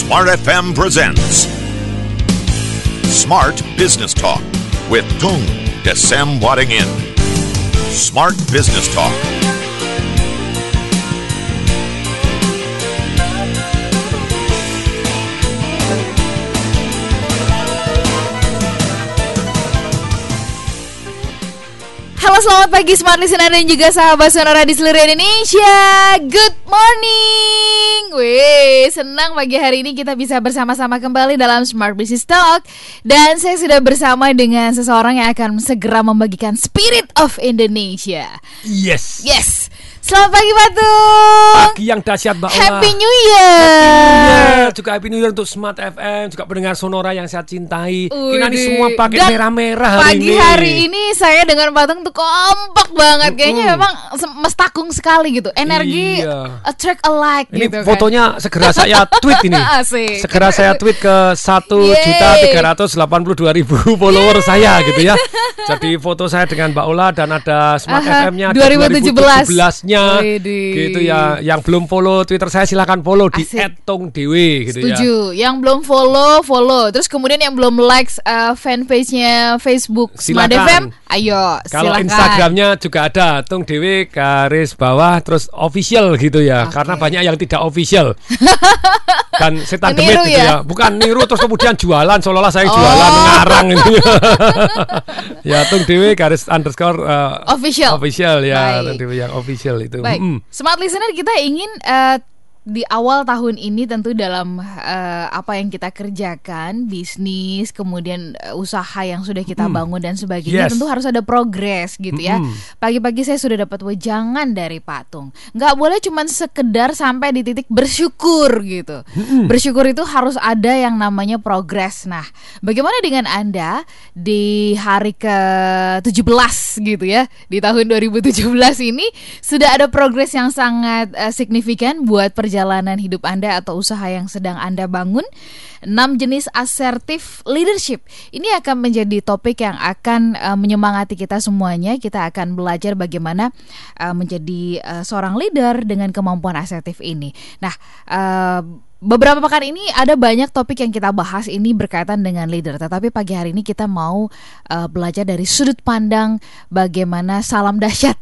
Smart FM presents Smart Business Talk with Tung Desem Waddingin. Smart Business Talk. Halo, selamat pagi Smart Listener dan juga sahabat Sonora di seluruh Indonesia. Good morning. Wih, senang pagi hari ini kita bisa bersama-sama kembali dalam Smart Business Talk. Dan saya sudah bersama dengan seseorang yang akan segera membagikan Spirit of Indonesia. Yes. Selamat pagi Patung. Pagi yang dahsyat Mbak Ola. Happy New Year. Juga Happy New Year untuk Smart FM, juga pendengar Sonora yang saya cintai. Kita Udih. nih semua pakai Dan merah-merah hari pagi ini. hari ini saya dengan Patung tuh kompak banget. Kayaknya memang mestakung sekali gitu. Energi Iya. attract alike Ini gitu kan. fotonya segera saya tweet ini. Asik. Segera saya tweet ke 1.382.000 follower saya gitu ya. Jadi foto saya dengan Mbak Ola dan ada Smart FM-nya 2017-nya. 2017-nya. Widih. Gitu ya. Yang belum follow Twitter saya silakan follow di Asik. @tongdewe gitu ya. Setuju. Yang belum follow. Terus kemudian yang belum likes fanpage-nya Facebook Smart Silakan. FM, ayo Kalau silakan. Instagramnya juga ada Tung Dewi garis bawah terus official gitu ya. Oke. Karena banyak yang tidak official. Dan setan Meniru demit gitu ya? ya. Bukan niru terus kemudian jualan seolah-olah saya jualan ngarang gitu. Ya Tung Dewi garis underscore Official. ya. Baik. Tung Dewi yang official itu. Baik, Smart Listener, kita ingin di awal tahun ini tentu dalam apa yang kita kerjakan, bisnis, kemudian usaha yang sudah kita bangun dan sebagainya, Yes. tentu harus ada progres gitu ya. Pagi-pagi saya sudah dapat wejangan dari Patung. Nggak boleh cuma sekedar sampai di titik bersyukur gitu. Bersyukur itu harus ada yang namanya progres. Nah, bagaimana dengan Anda di hari ke-17 gitu ya, di tahun 2017 ini sudah ada progres yang sangat signifikan buat perjalanan hidup Anda atau usaha yang sedang Anda bangun. 6 jenis assertive leadership. Ini akan menjadi topik yang akan menyemangati kita semuanya. Kita akan belajar bagaimana menjadi seorang leader dengan kemampuan asertif ini. Nah, beberapa pekan ini ada banyak topik yang kita bahas ini berkaitan dengan leader. Tetapi pagi hari ini kita mau belajar dari sudut pandang bagaimana salam dahsyat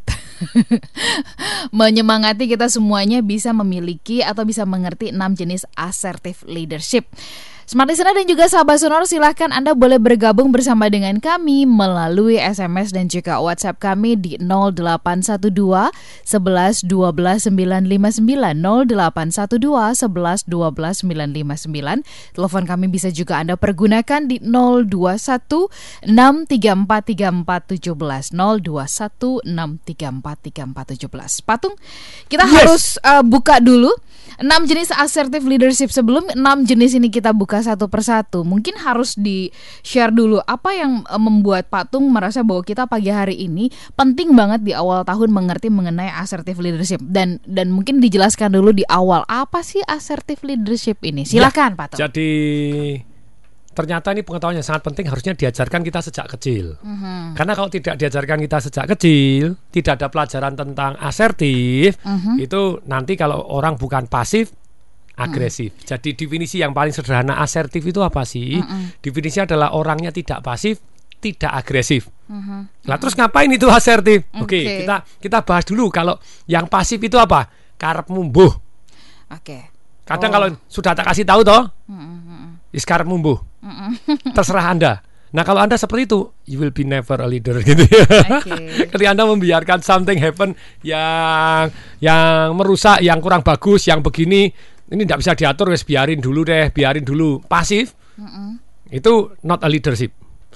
menyemangati kita semuanya bisa memiliki atau bisa mengerti 6 jenis assertive leadership. Smart Listener dan juga sahabat Sonora, silahkan Anda boleh bergabung bersama dengan kami melalui SMS dan juga WhatsApp kami di 0812 11 12 959 0812 11 12 959. Telepon kami bisa juga Anda pergunakan di 021 634 3417 021 634 3417. Patung, kita harus buka dulu 6 jenis assertive leadership. Sebelum 6 jenis ini kita buka satu persatu, mungkin harus di-share dulu apa yang membuat Patung merasa bahwa kita pagi hari ini penting banget di awal tahun mengerti mengenai assertive leadership. Dan mungkin dijelaskan dulu di awal, apa sih assertive leadership ini? Silakan Patung. Jadi ternyata ini pengetahuan yang sangat penting, harusnya diajarkan kita sejak kecil. Karena kalau tidak diajarkan kita sejak kecil, tidak ada pelajaran tentang asertif, itu nanti kalau orang bukan pasif, agresif. Jadi definisi yang paling sederhana asertif itu apa sih? Definisinya adalah orangnya tidak pasif, tidak agresif. Lah terus ngapain itu asertif? Oke, kita bahas dulu. Kalau yang pasif itu apa? Karep mumbuh. Oke. Kadang kalau sudah tak kasih tahu toh, karep mumbuh. Terserah Anda. Nah kalau Anda seperti itu, you will be never a leader gitu ya. Ketika Anda membiarkan something happen yang merusak, yang kurang bagus, yang begini, ini tidak bisa diatur, wes biarin dulu. Pasif, itu not a leadership.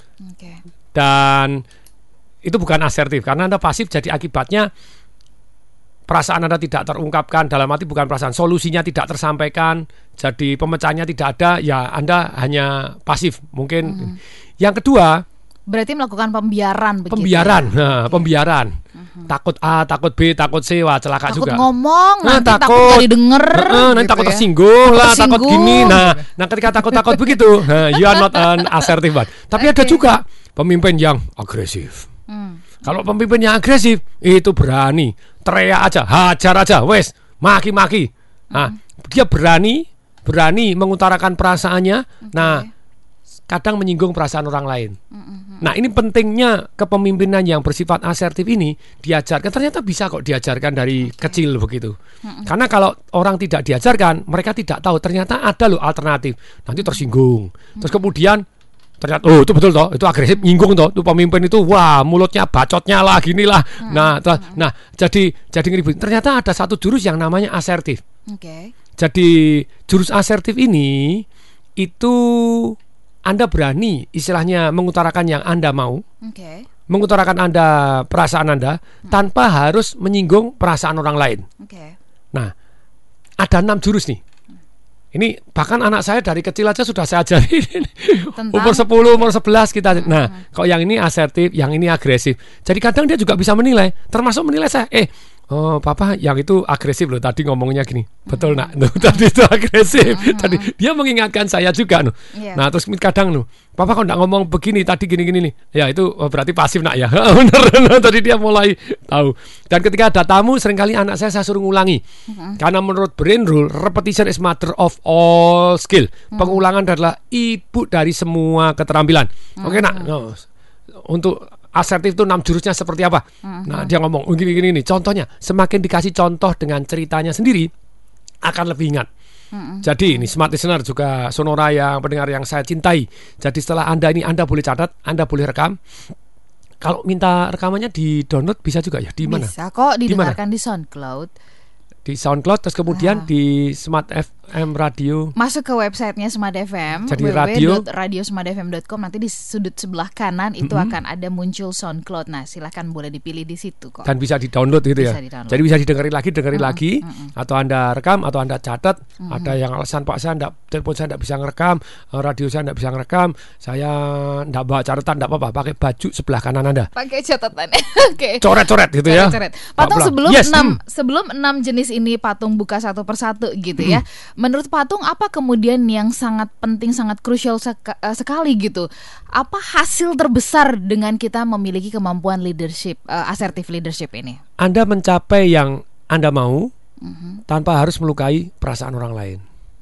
Dan itu bukan asertif. Karena Anda pasif, jadi akibatnya perasaan Anda tidak terungkapkan, dalam arti bukan perasaan, solusinya tidak tersampaikan, jadi pemecahannya tidak ada, ya Anda hanya pasif. Mungkin yang kedua, berarti melakukan pembiaran begitu. Pembiaran. Takut A, takut B, takut C, wah celaka takut juga. Ngomong, nanti takut gak didengar. Nanti gitu takut ya. tersinggung lah, takut gini. Nah ketika takut begitu, you are not an assertive one. Tapi ada juga pemimpin yang agresif. Kalau pemimpin yang agresif itu berani, teriak aja, hajar aja, wes, maki-maki. Nah, dia berani berani mengutarakan perasaannya. Nah, kadang menyinggung perasaan orang lain. Nah, ini pentingnya kepemimpinan yang bersifat asertif ini diajarkan. Ternyata bisa kok diajarkan dari kecil begitu. Karena kalau orang tidak diajarkan, mereka tidak tahu ternyata ada loh alternatif. Nanti tersinggung. Terus kemudian ternyata itu betul toh, itu agresif, nyinggung toh, itu pemimpin itu wah mulutnya bacotnya lah ginilah. Nah jadi ngeribut. Ternyata ada satu jurus yang namanya asertif. Jadi jurus asertif ini itu Anda berani istilahnya mengutarakan yang Anda mau, mengutarakan perasaan Anda tanpa harus menyinggung perasaan orang lain. Nah, ada 6 jurus nih. Ini bahkan anak saya dari kecil aja sudah saya ajari. Umur 10, umur 11 kita. Nah, kok yang ini asertif, yang ini agresif. Jadi kadang dia juga bisa menilai, termasuk menilai saya. Oh, papa yang itu agresif loh. Tadi ngomongnya gini, betul nak? Tadi itu agresif. Tadi dia mengingatkan saya juga loh. Nah, terus kadang loh, papa kok nggak ngomong begini tadi gini nih? Ya itu berarti pasif nak ya. Bener. Tadi dia mulai tahu. Dan ketika ada tamu, seringkali anak saya suruh ngulangi. Karena menurut brain rule, repetition is mother of all skill. Pengulangan adalah ibu dari semua keterampilan. Oke nak. No. Untuk asertif itu 6 jurusnya seperti apa? Nah, dia ngomong gini nih. Contohnya, semakin dikasih contoh dengan ceritanya sendiri akan lebih ingat. Jadi ini smart listener juga Sonora yang pendengar yang saya cintai. Jadi setelah Anda boleh catat, Anda boleh rekam. Kalau minta rekamannya di download bisa juga ya? Di mana? Bisa kok didengarkan di SoundCloud. Di SoundCloud, terus kemudian di Smart FM Radio. Masuk ke websitenya Smart FM, jadi www.radiosmartfm.com. Nanti di sudut sebelah kanan itu akan ada muncul SoundCloud. Nah, silahkan boleh dipilih di situ kok. Dan bisa di-download gitu ya. Jadi bisa didengarin lagi, atau Anda rekam, atau Anda catat. Ada yang alasan Pak saya telepon saya enggak bisa ngerekam, radio saya enggak bisa ngerekam, saya enggak bawa catatan, enggak apa-apa, pakai baju sebelah kanan Anda. Pakai catatan. Oke. Coret-coret gitu ya. Patung sebelum 6 jenis ini Patung buka satu persatu gitu ya. Menurut Patung apa kemudian yang sangat penting, sangat krusial sekali gitu? Apa hasil terbesar dengan kita memiliki kemampuan leadership, assertive leadership ini? Anda mencapai yang Anda mau tanpa harus melukai perasaan orang lain.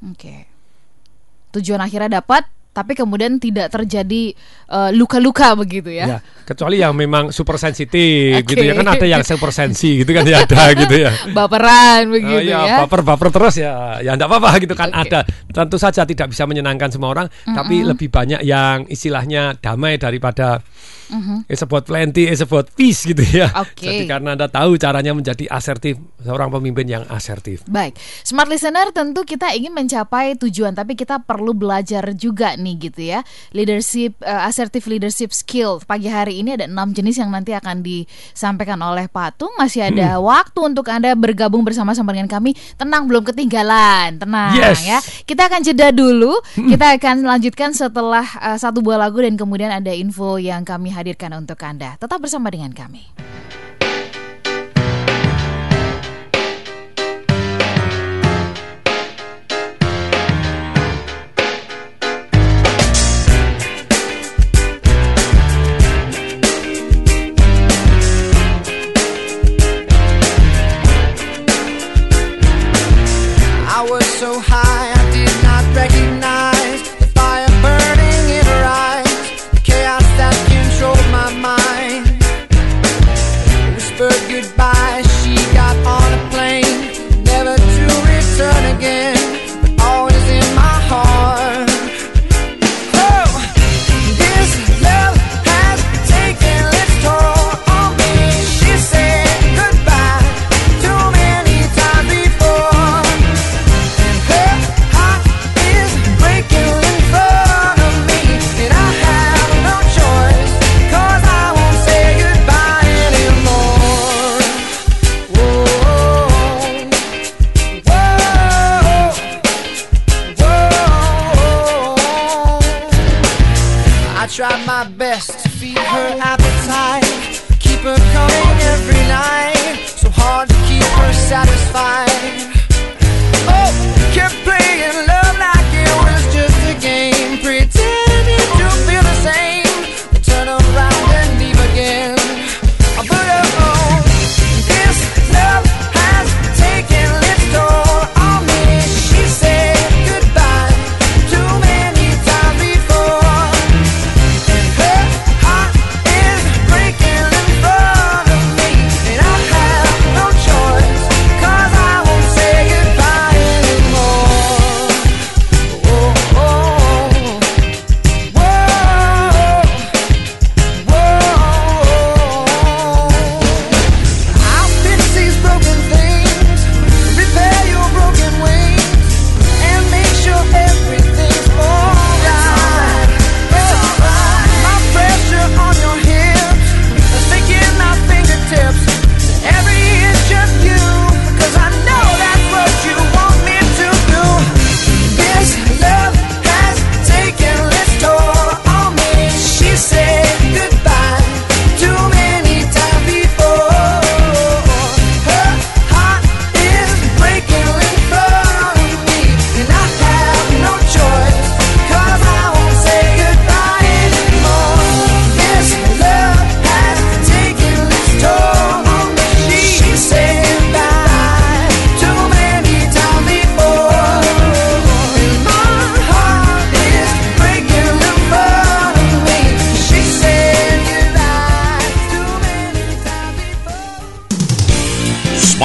Tujuan akhirnya dapat, tapi kemudian tidak terjadi luka-luka begitu ya. Kecuali yang memang super sensitif gitu ya, kan ada yang super sensi gitu kan ya, ada gitu ya. Baperan begitu ya. Baper terus ya enggak apa-apa gitu kan. Ada, tentu saja tidak bisa menyenangkan semua orang, tapi lebih banyak yang istilahnya damai daripada it's about plenty, it's about peace gitu ya. Jadi karena Anda tahu caranya menjadi asertif, seorang pemimpin yang asertif. Baik, smart listener, tentu kita ingin mencapai tujuan, tapi kita perlu belajar juga nih gitu ya. Leadership, assertive leadership skill. Pagi hari ini ada 6 jenis yang nanti akan disampaikan oleh Patung. Masih ada waktu untuk Anda bergabung bersama-sama dengan kami. Tenang, belum ketinggalan. Tenang ya. Kita akan jeda dulu. Kita akan lanjutkan setelah satu buah lagu dan kemudian ada info yang kami hadirkan untuk Anda. Tetap bersama dengan kami. I was so high I did not recognize the fire burning in her eyes, the chaos that controlled my mind. Whispered goodbye, she got on a plane, never to return again, but always in my heart. Oh, this love has taken its toll on me. She said goodbye too many times before. Her heart is breaking in front of me, and I have no choice, 'cause I won't say goodbye anymore. Whoa, whoa, whoa. I tried my best to feed her appetite, keep her coming every night, so hard to keep her satisfied. Oh, kept playing love like it was just a game, pretending to feel the same, then turn around and leave again. But oh, this love has taken its toll on me. She said goodbye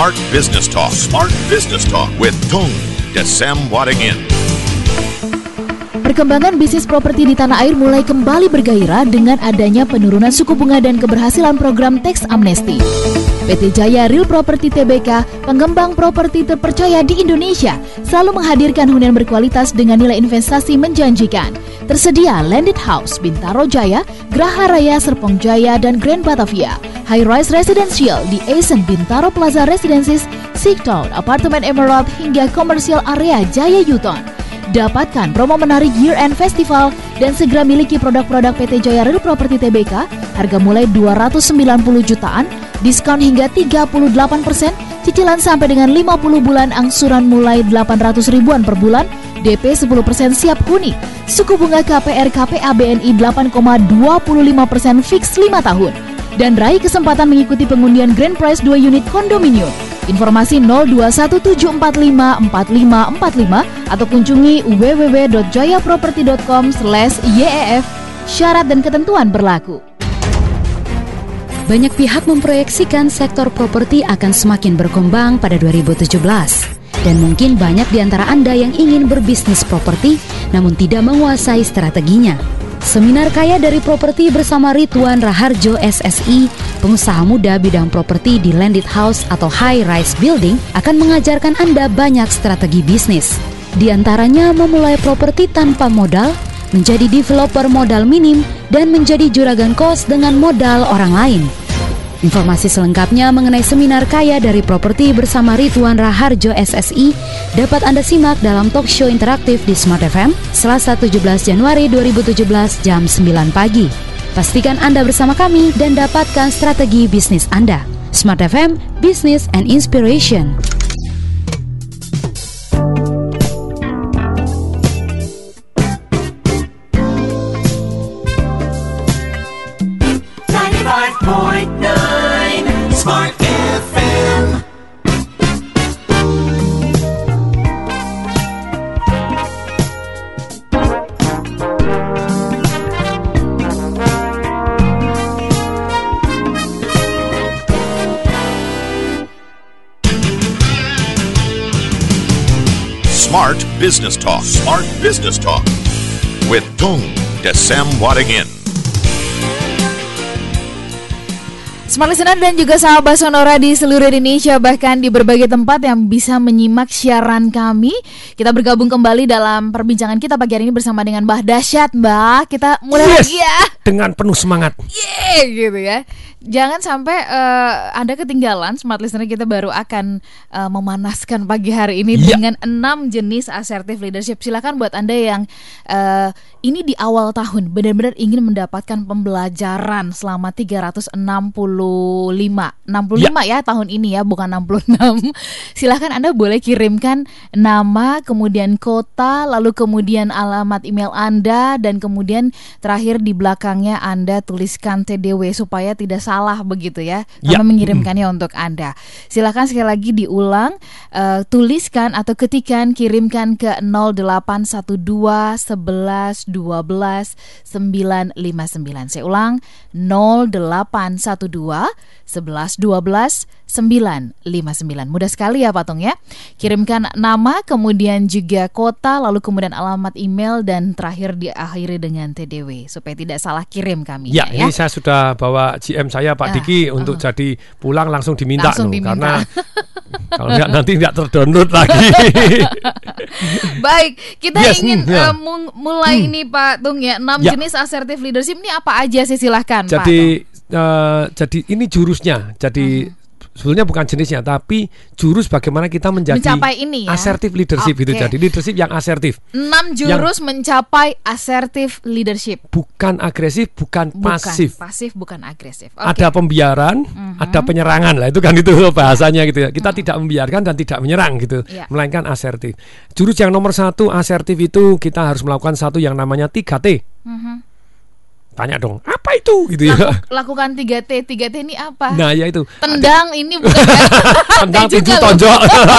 Smart Business Talk. Smart Business Talk with Tung Desem Wadingin. Perkembangan bisnis properti di tanah air mulai kembali bergairah dengan adanya penurunan suku bunga dan keberhasilan program tax amnesty. PT Jaya Real Property Tbk, pengembang properti terpercaya di Indonesia, selalu menghadirkan hunian berkualitas dengan nilai investasi menjanjikan. Tersedia Landed House, Bintaro Jaya, Graha Raya Serpong Jaya, dan Grand Batavia. High Rise Residential di Asian Bintaro Plaza Residences, Sigtown, Apartemen Emerald, hingga Komersial Area Jaya Yuton. Dapatkan promo menarik Year End Festival dan segera miliki produk-produk PT Jaya Real Property Tbk, harga mulai 290 jutaan, diskon hingga 38%, cicilan sampai dengan 50 bulan, angsuran mulai 800 ribuan per bulan, DP 10% siap huni, suku bunga KPR KPA BNI 8,25% fix 5 tahun, dan raih kesempatan mengikuti pengundian Grand Prize 2 unit kondominium. Informasi 0217454545 atau kunjungi www.jayaproperty.com/YEF. Syarat dan ketentuan berlaku. Banyak pihak memproyeksikan sektor properti akan semakin berkembang pada 2017. Dan mungkin banyak di antara Anda yang ingin berbisnis properti namun tidak menguasai strateginya. Seminar Kaya dari Properti bersama Ridwan Raharjo SSI, pengusaha muda bidang properti di Landed House atau High Rise Building, akan mengajarkan Anda banyak strategi bisnis. Di antaranya memulai properti tanpa modal, menjadi developer modal minim, dan menjadi juragan kos dengan modal orang lain. Informasi selengkapnya mengenai Seminar Kaya dari Properti bersama Ridwan Raharjo SSI dapat Anda simak dalam talk show interaktif di Smart FM Selasa 17 Januari 2017 jam 9 pagi. Pastikan Anda bersama kami dan dapatkan strategi bisnis Anda. Smart FM, Business and Inspiration. Smart FM. Smart Business Talk. Smart Business Talk with Tung Desem Wadingin. Smart Listener dan juga sahabat Sonora di seluruh Indonesia, bahkan di berbagai tempat yang bisa menyimak siaran kami. Kita bergabung kembali dalam perbincangan kita pagi hari ini bersama dengan Mbah Dahsyat. Mbah, kita mulai lagi ya. Dengan penuh semangat. Gitu ya. Jangan sampai Anda ketinggalan. Smart Listener, kita baru akan memanaskan pagi hari ini dengan 6 jenis assertive leadership. Silakan buat Anda yang ini di awal tahun benar-benar ingin mendapatkan pembelajaran selama 365 ya tahun ini ya, bukan 66. Silakan Anda boleh kirimkan nama, kemudian kota, lalu kemudian alamat email Anda, dan kemudian terakhir di belakangnya Anda tuliskan TDW supaya tidak salah begitu ya. Kami mengirimkannya untuk Anda. Silakan sekali lagi diulang, tuliskan atau ketikkan, kirimkan ke 0812 11 12 959. Saya ulang, 0812 11 12 959. Mudah sekali ya Pak Tung ya. Kirimkan nama, kemudian juga kota, lalu kemudian alamat email, dan terakhir diakhiri dengan TDW supaya tidak salah kirim kami. Ya, ini saya sudah bawa GM saya Pak Diki untuk jadi pulang langsung diminta, karena kalau enggak nanti enggak terdownload lagi. Baik, kita ingin mulai ini Pak Tung ya. 6 jenis assertive leadership ini apa aja sih, silahkan Pak Tung. Jadi ini jurusnya. Jadi sebenarnya bukan jenisnya, tapi jurus bagaimana kita mencapai ini ya? Assertive leadership itu. Jadi leadership yang asertif. 6 jurus mencapai assertive leadership. Bukan agresif, bukan pasif. Pasif, bukan agresif. Ada pembiaran, ada penyerangan lah, itu kan itu bahasanya gitu ya. Kita tidak membiarkan dan tidak menyerang gitu, melainkan asertif. Jurus yang nomor 1 asertif itu kita harus melakukan satu yang namanya 3T. Tanya dong, apa itu gitu ya? Lakukan 3T. 3T ini apa? Nah, ya itu. Tendang ini bukan ya? Tendang tinju tonjok.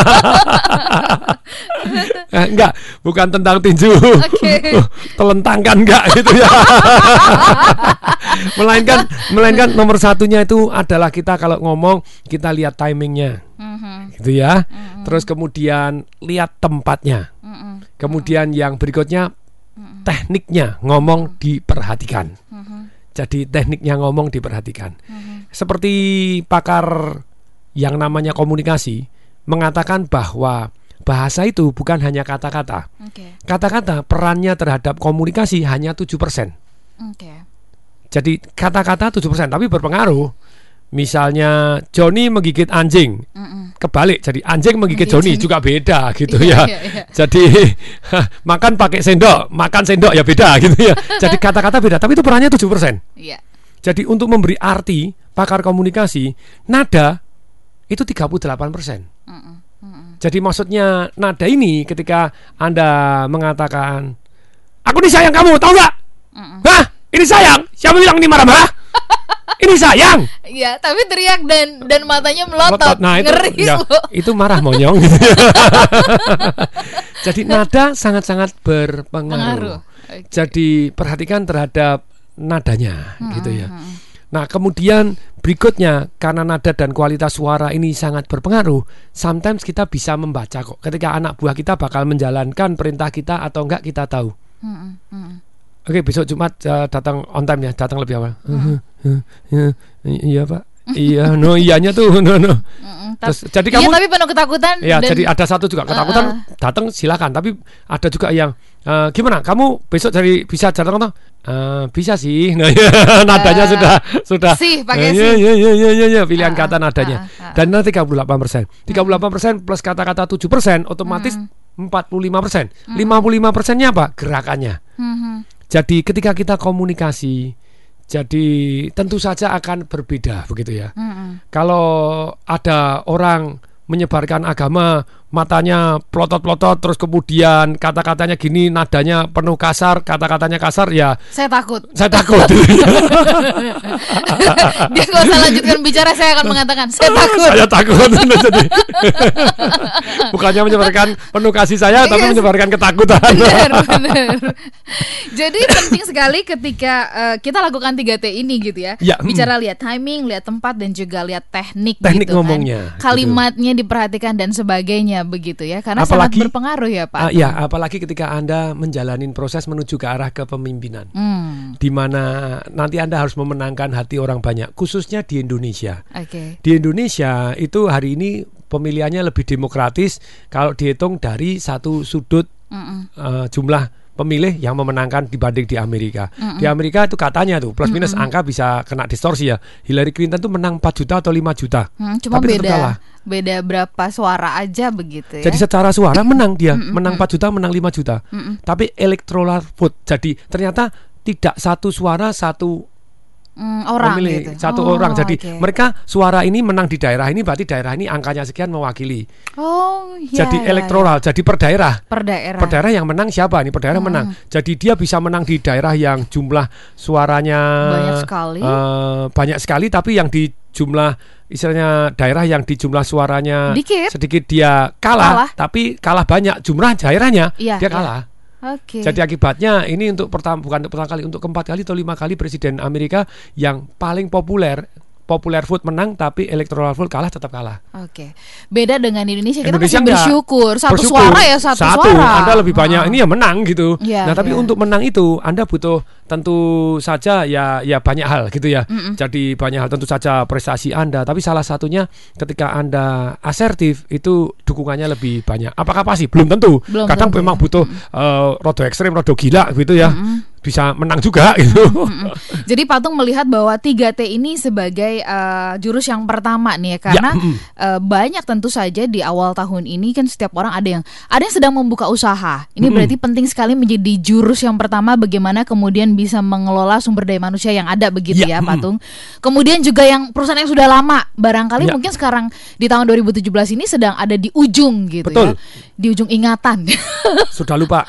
Enggak, bukan tendang tinju. Telentangkan enggak gitu ya. Melainkan nomor satunya itu adalah kita kalau ngomong kita lihat timingnya, gitu ya. Terus kemudian lihat tempatnya. Kemudian yang berikutnya tekniknya ngomong diperhatikan. Jadi tekniknya ngomong diperhatikan. Seperti pakar yang namanya komunikasi mengatakan bahwa bahasa itu bukan hanya kata-kata. Kata-kata perannya terhadap komunikasi hanya 7%. Jadi kata-kata 7% tapi berpengaruh. Misalnya Joni menggigit anjing, kebalik jadi anjing menggigit Joni juga beda gitu ya. Jadi makan pakai sendok, makan sendok ya beda gitu ya. Jadi kata-kata beda tapi itu perannya 7%. Jadi untuk memberi arti pakar komunikasi, nada itu 38%. Jadi maksudnya nada ini ketika Anda mengatakan aku ini sayang kamu, tahu nggak? Hah? Ini sayang? Siapa bilang ini marah-marah? Ini sayang. Ya, tapi teriak dan matanya melotot. Nah, ngeri ya, itu marah monyong. Jadi nada sangat-sangat berpengaruh. Jadi perhatikan terhadap nadanya, gitu ya. Nah, kemudian berikutnya karena nada dan kualitas suara ini sangat berpengaruh, sometimes kita bisa membaca kok. Ketika anak buah kita bakal menjalankan perintah kita atau enggak kita tahu. Oke, besok Jumat datang on time ya, datang lebih awal. Iya Pak. Iya, iyanya tuh Terus, jadi kamu tapi penuh ketakutan. Ya, jadi ada satu juga ketakutan datang silakan, tapi ada juga yang gimana? Kamu besok bisa datang atau? Bisa sih. Nah, nadanya sudah. Sih, pakai Iya, pilihan kata nadanya. Dan nanti 38%. 38% plus kata-kata 7% otomatis 45%. 55%-nya apa? Gerakannya. Jadi ketika kita komunikasi, jadi tentu saja akan berbeda begitu ya. Kalau ada orang menyebarkan agama, matanya plotot-plotot, terus kemudian kata-katanya gini, nadanya penuh kasar, kata-katanya kasar, ya saya takut. Saya takut. Dia nggak usah lanjutkan bicara, saya akan mengatakan saya takut. Saya takut. Jadi, bukannya menyebarkan penuh kasih saya, tapi menyebarkan ketakutan. Benar. Jadi penting sekali ketika kita lakukan 3T ini gitu ya. Bicara, lihat timing, lihat tempat, dan juga lihat teknik gitu ngomongnya, kan. Kalimatnya diperhatikan dan sebagainya begitu ya. Karena sangat berpengaruh ya Pak. Ya, apalagi ketika Anda menjalani proses menuju ke arah kepemimpinan. Di mana nanti Anda harus memenangkan hati orang banyak, khususnya di Indonesia. Di Indonesia itu hari ini pemilihannya lebih demokratis kalau dihitung dari satu sudut jumlah pemilih yang memenangkan dibanding di Amerika. Di Amerika itu katanya tuh plus minus angka bisa kena distorsi ya. Hillary Clinton tuh menang 4 juta atau 5 juta. Cuma beda berapa suara aja begitu ya. Jadi secara suara menang dia, menang 4 juta, menang 5 juta. Tapi electoral vote. Jadi ternyata tidak satu suara satu orang pemilih, gitu. Satu orang. Jadi mereka suara ini menang di daerah ini, berarti daerah ini angkanya sekian mewakili. Jadi elektoral, jadi per daerah yang menang siapa nih? Per daerah menang. Jadi dia bisa menang di daerah yang jumlah suaranya banyak sekali, tapi yang di jumlah istilahnya daerah yang di jumlah suaranya sedikit dia kalah. Tapi kalah banyak jumlah daerahnya, dia kalah. Jadi akibatnya ini bukan untuk pertama kali, untuk keempat kali atau 5 kali presiden Amerika yang paling populer vote menang tapi electoral vote kalah, tetap kalah. Beda dengan Indonesia, kita masih bersyukur. Satu suara ya satu suara. Anda lebih banyak ini ya menang gitu. Nah, tapi untuk menang itu Anda butuh tentu saja ya banyak hal gitu ya. Jadi banyak hal, tentu saja prestasi Anda, tapi salah satunya ketika Anda asertif itu dukungannya lebih banyak. Apakah pasti? Belum tentu. Kadang memang butuh rodo ekstrem, rodo gila gitu ya. Bisa menang juga gitu. Jadi Patung melihat bahwa 3T ini sebagai jurus yang pertama nih ya, karena banyak tentu saja di awal tahun ini kan setiap orang ada yang sedang membuka usaha. Ini berarti penting sekali menjadi jurus yang pertama, bagaimana kemudian bisa mengelola sumber daya manusia yang ada begitu ya Patung. Kemudian juga yang perusahaan yang sudah lama, barangkali mungkin sekarang di tahun 2017 ini sedang ada di ujung gitu. Betul. Ya. Di ujung ingatan. Sudah lupa.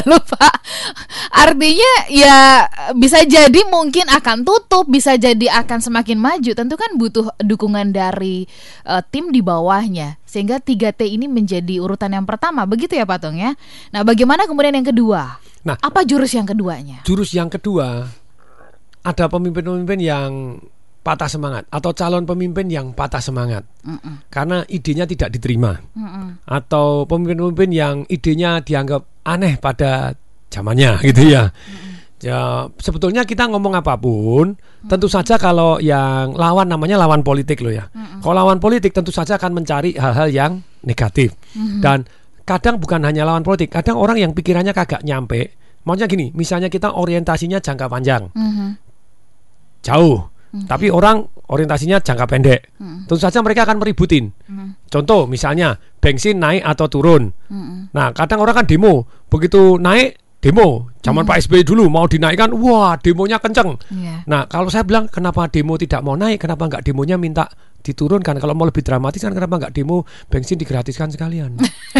Artinya ya bisa jadi mungkin akan tutup, bisa jadi akan semakin maju. Tentu kan butuh dukungan dari tim di bawahnya, sehingga 3T ini menjadi urutan yang pertama, begitu ya Patung ya. Nah, bagaimana kemudian yang kedua? Nah, apa jurus yang keduanya? Jurus yang kedua ada pemimpin-pemimpin yang patah semangat atau calon pemimpin yang patah semangat karena idenya tidak diterima, atau pemimpin-pemimpin yang idenya dianggap aneh pada zamannya gitu ya. Ya, sebetulnya kita ngomong apapun, tentu saja kalau yang lawan namanya lawan politik loh ya. Kalau lawan politik tentu saja akan mencari hal-hal yang negatif. Dan kadang bukan hanya lawan politik, kadang orang yang pikirannya kagak nyampe. Maksudnya gini, misalnya kita orientasinya jangka panjang, jauh. Tapi orang orientasinya jangka pendek. Tentu saja mereka akan meributin. Contoh misalnya bensin naik atau turun. Nah, kadang orang kan demo, begitu naik demo. Zaman Pak SBY dulu mau dinaikkan, wah demonya kenceng. Nah, kalau saya bilang kenapa demo tidak mau naik, kenapa nggak demonya minta diturunkan? Kalau mau lebih dramatis kan kenapa nggak demo bensin digratiskan sekalian?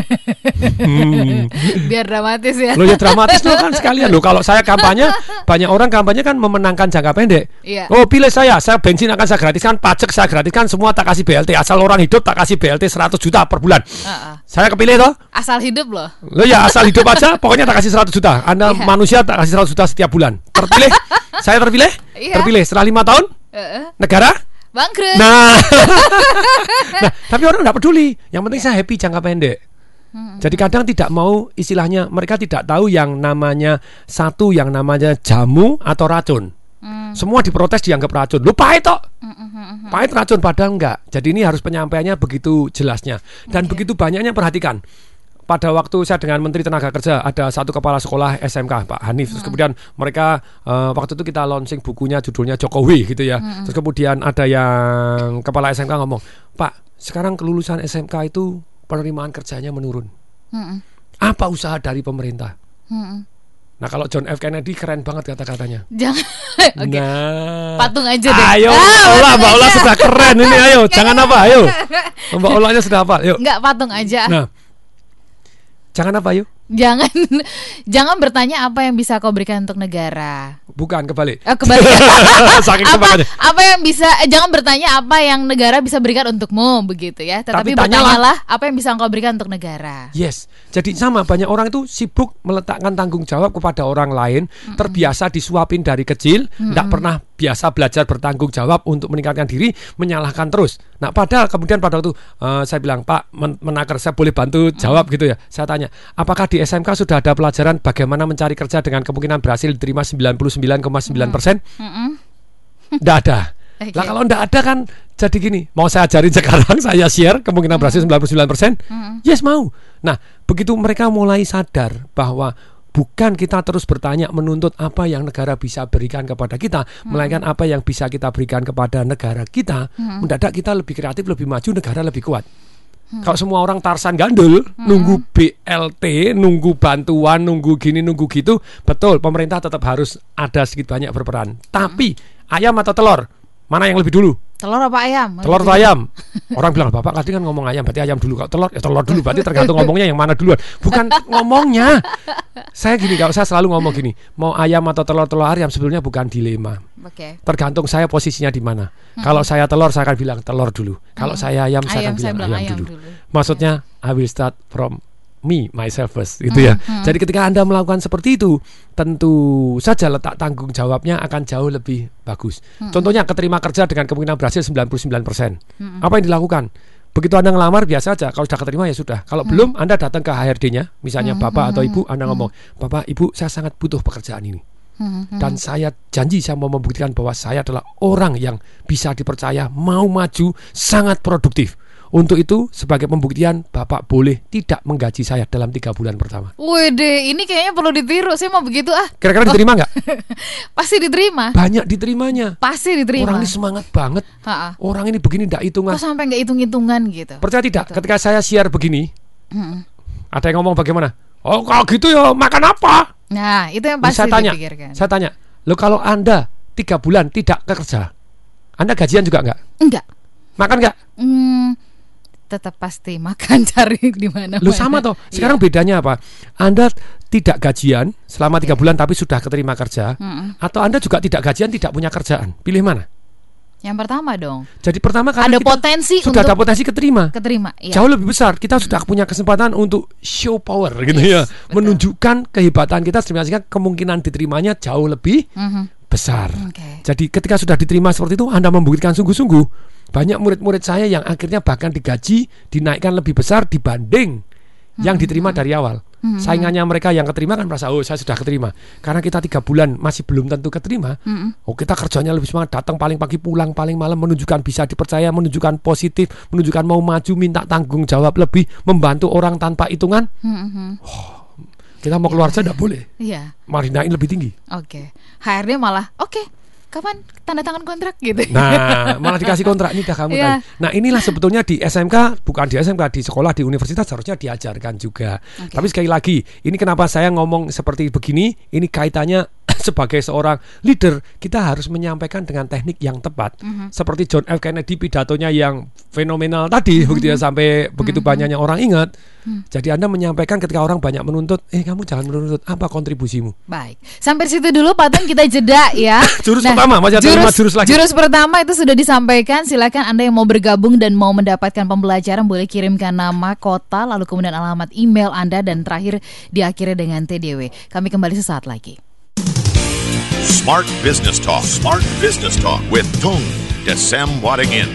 Biar dramatis ya. Loh ya dramatis loh kan sekalian. Loh kalau saya kampanye, banyak orang kampanye kan memenangkan jangka pendek. Oh pilih saya bensin akan saya gratiskan, pajak saya gratiskan, semua tak kasih BLT. Asal orang hidup tak kasih BLT 100 juta per bulan. Saya kepilih toh. Asal hidup loh. Loh ya asal hidup aja, pokoknya tak kasih 100 juta. Anda manusia tak kasih 100 juta setiap bulan. Terpilih, saya terpilih, terpilih setelah 5 tahun, negara bangkrut. Nah, tapi orang nggak peduli. Yang penting saya happy jangka pendek. Jadi kadang tidak mau, istilahnya mereka tidak tahu yang namanya satu, yang namanya jamu atau racun. Semua diprotes dianggap racun. Lu pahit toh? Pahit racun, padahal enggak. Jadi ini harus penyampaiannya begitu jelasnya. Dan begitu banyaknya, perhatikan. Pada waktu saya dengan Menteri Tenaga Kerja, ada satu kepala sekolah SMK, Pak Hanif. Terus kemudian mereka waktu itu kita launching bukunya, judulnya Jokowi gitu ya. Terus kemudian ada yang kepala SMK ngomong, Pak, sekarang kelulusan SMK itu penerimaan kerjanya menurun. Apa usaha dari pemerintah? Nah kalau John F. Kennedy keren banget kata-katanya. Jangan. Nah, patung aja deh. Ayo, Mbak Ola sudah keren ini. Ayo, jangan apa? Ayo, Mbak Olanya sudah apa? Yuk. Enggak, patung aja. Nah, jangan apa yuk? Jangan bertanya apa yang bisa kau berikan untuk negara. Bukan, kebalik. Kebalik. Saking semangatnya. Apa yang bisa? Jangan bertanya apa yang negara bisa berikan untukmu, begitu ya. Tetapi bertanyalah apa yang bisa kau berikan untuk negara. Yes. Jadi sama, banyak orang itu sibuk meletakkan tanggung jawab kepada orang lain, terbiasa disuapin dari kecil, tidak pernah biasa belajar bertanggung jawab untuk meningkatkan diri, menyalahkan terus. Nah, padahal kemudian pada waktu saya bilang, Pak Menaker, saya boleh bantu jawab gitu ya. Saya tanya, apakah di SMK sudah ada pelajaran bagaimana mencari kerja dengan kemungkinan berhasil diterima 99,9%? Tidak ada. Lah kalau tidak ada kan jadi gini, mau saya ajarin sekarang, saya share kemungkinan berhasil 99%? Yes, mau. Nah, begitu mereka mulai sadar bahwa bukan kita terus bertanya menuntut apa yang negara bisa berikan kepada kita, melainkan apa yang bisa kita berikan kepada negara kita, mendadak kita lebih kreatif, lebih maju, negara lebih kuat. Kalau semua orang Tarsan gandul, nunggu BLT, nunggu bantuan, nunggu gini, nunggu gitu, betul, pemerintah tetap harus ada sedikit banyak berperan. Tapi ayam atau telur, mana yang lebih dulu? Telur apa ayam? Telur atau ayam? Orang bilang, Bapak tadi kan ngomong ayam, berarti ayam dulu. Kalau telur, ya telur dulu. Berarti tergantung ngomongnya yang mana duluan. Bukan ngomongnya. Saya gini, kalau saya selalu ngomong gini, mau ayam atau telur ayam sebenarnya bukan dilema. Tergantung saya posisinya di mana. Kalau saya telur, saya akan bilang telur dulu. Kalau saya ayam, saya akan bilang ayam dulu. Maksudnya, I will start from me, myself first, gitu ya. Jadi ketika Anda melakukan seperti itu, tentu saja letak tanggung jawabnya akan jauh lebih bagus. Contohnya keterima kerja dengan kemungkinan berhasil 99%. Apa yang dilakukan? Begitu Anda ngelamar biasa aja, kalau sudah keterima ya sudah. Kalau belum, Anda datang ke HRD-nya, misalnya Bapak atau Ibu, Anda ngomong, Bapak, Ibu, saya sangat butuh pekerjaan ini. Dan saya janji saya mau membuktikan bahwa saya adalah orang yang bisa dipercaya, mau maju, sangat produktif. Untuk itu, sebagai pembuktian, Bapak boleh tidak menggaji saya dalam 3 bulan pertama. Wede, ini kayaknya perlu ditiru. Saya mau begitu ah. Kira-kira diterima nggak? Pasti diterima. Banyak diterimanya. Pasti diterima. Orang ini semangat banget. Orang ini begini tidak hitungan. Kok sampai nggak hitung-hitungan gitu? Percaya tidak? Betul. Ketika saya share begini, ada yang ngomong bagaimana? Oh kalau gitu ya makan apa? Nah itu yang pasti dipikirkan. Saya tanya, lo kalau Anda 3 bulan tidak kerja, Anda gajian juga nggak? Enggak. Makan nggak? Tetap pasti makan, cari di mana. Lu sama toh. Sekarang bedanya apa? Anda tidak gajian selama 3 bulan tapi sudah keterima kerja, atau Anda juga tidak gajian tidak punya kerjaan. Pilih mana? Yang pertama dong. Jadi pertama karena ada potensi sudah ada potensi keterima. Iya. Jauh lebih besar. Kita sudah punya kesempatan untuk show power gitu ya. Betul. Menunjukkan kehebatan kita sehingga kemungkinan diterimanya jauh lebih besar. Okay. Jadi ketika sudah diterima seperti itu, Anda membuktikan sungguh-sungguh. Banyak murid-murid saya yang akhirnya bahkan digaji, dinaikkan lebih besar dibanding yang diterima dari awal. Saingannya mereka yang keterima kan merasa, oh saya sudah keterima. Karena kita 3 bulan masih belum tentu keterima. Oh kita kerjanya lebih semangat, datang paling pagi, pulang paling malam, menunjukkan bisa dipercaya, menunjukkan positif, menunjukkan mau maju, minta tanggung jawab lebih, membantu orang tanpa hitungan. Kita mau keluar saja tidak boleh. Malah dinaikin lebih tinggi. Oke. HRD malah kapan tanda tangan kontrak gitu. Nah, malah dikasih kontrak nih dah kamu tadi. Nah, inilah sebetulnya di SMK, bukan di SMK, di sekolah, di universitas harusnya diajarkan juga. Tapi sekali lagi, ini kenapa saya ngomong seperti begini, ini kaitannya sebagai seorang leader, kita harus menyampaikan dengan teknik yang tepat. Seperti John F. Kennedy pidatonya yang fenomenal tadi, begitu ya, sampai begitu banyaknya orang ingat. Jadi Anda menyampaikan ketika orang banyak menuntut, kamu jangan menuntut, apa kontribusimu? Baik, sampai situ dulu Pak Tung, kita jeda ya. Jurus pertama, masih ada 5 jurus lagi. Jurus pertama itu sudah disampaikan. Silakan Anda yang mau bergabung dan mau mendapatkan pembelajaran boleh kirimkan nama, kota, lalu kemudian alamat email Anda, dan terakhir diakhiri dengan TDW. Kami kembali sesaat lagi. Smart Business Talk. Smart Business Talk with Tung Desem Wadingin.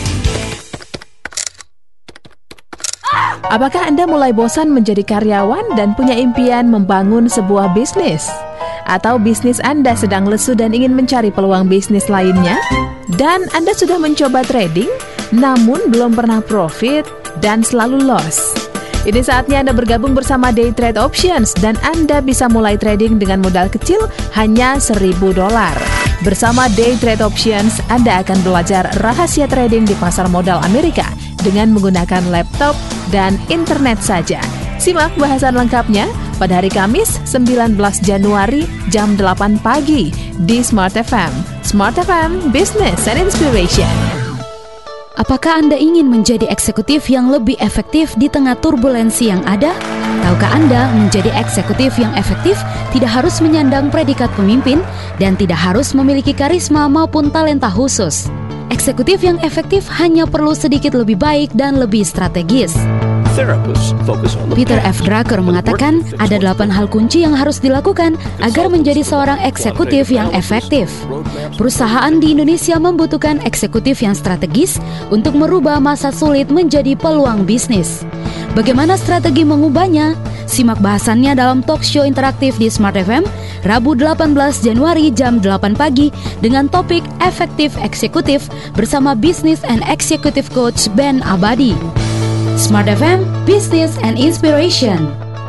Apakah Anda mulai bosan menjadi karyawan dan punya impian membangun sebuah bisnis? Atau bisnis Anda sedang lesu dan ingin mencari peluang bisnis lainnya? Dan Anda sudah mencoba trading, namun belum pernah profit dan selalu loss? Ini saatnya Anda bergabung bersama Day Trade Options dan Anda bisa mulai trading dengan modal kecil hanya $1.000. Bersama Day Trade Options, Anda akan belajar rahasia trading di pasar modal Amerika dengan menggunakan laptop dan internet saja. Simak bahasan lengkapnya pada hari Kamis 19 Januari jam 8 pagi di Smart FM. Smart FM, Business and Inspiration. Apakah Anda ingin menjadi eksekutif yang lebih efektif di tengah turbulensi yang ada? Tahukah Anda menjadi eksekutif yang efektif tidak harus menyandang predikat pemimpin dan tidak harus memiliki karisma maupun talenta khusus? Eksekutif yang efektif hanya perlu sedikit lebih baik dan lebih strategis. Peter F. Drucker mengatakan ada 8 hal kunci yang harus dilakukan agar menjadi seorang eksekutif yang efektif. Perusahaan di Indonesia membutuhkan eksekutif yang strategis untuk merubah masa sulit menjadi peluang bisnis. Bagaimana strategi mengubahnya? Simak bahasannya dalam talk show interaktif di Smart FM, Rabu 18 Januari jam 8 pagi dengan topik Efektif Eksekutif bersama Business and Executive Coach Ben Abadi. Smart FM, Business and Inspiration.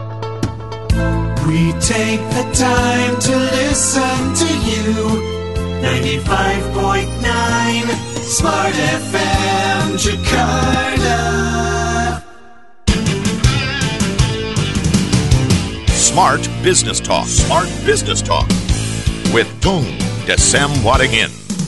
We take the time to listen to you. 95.9 Smart FM Jakarta. Smart Business Talk. Smart Business Talk with Tung Desem Wadingin.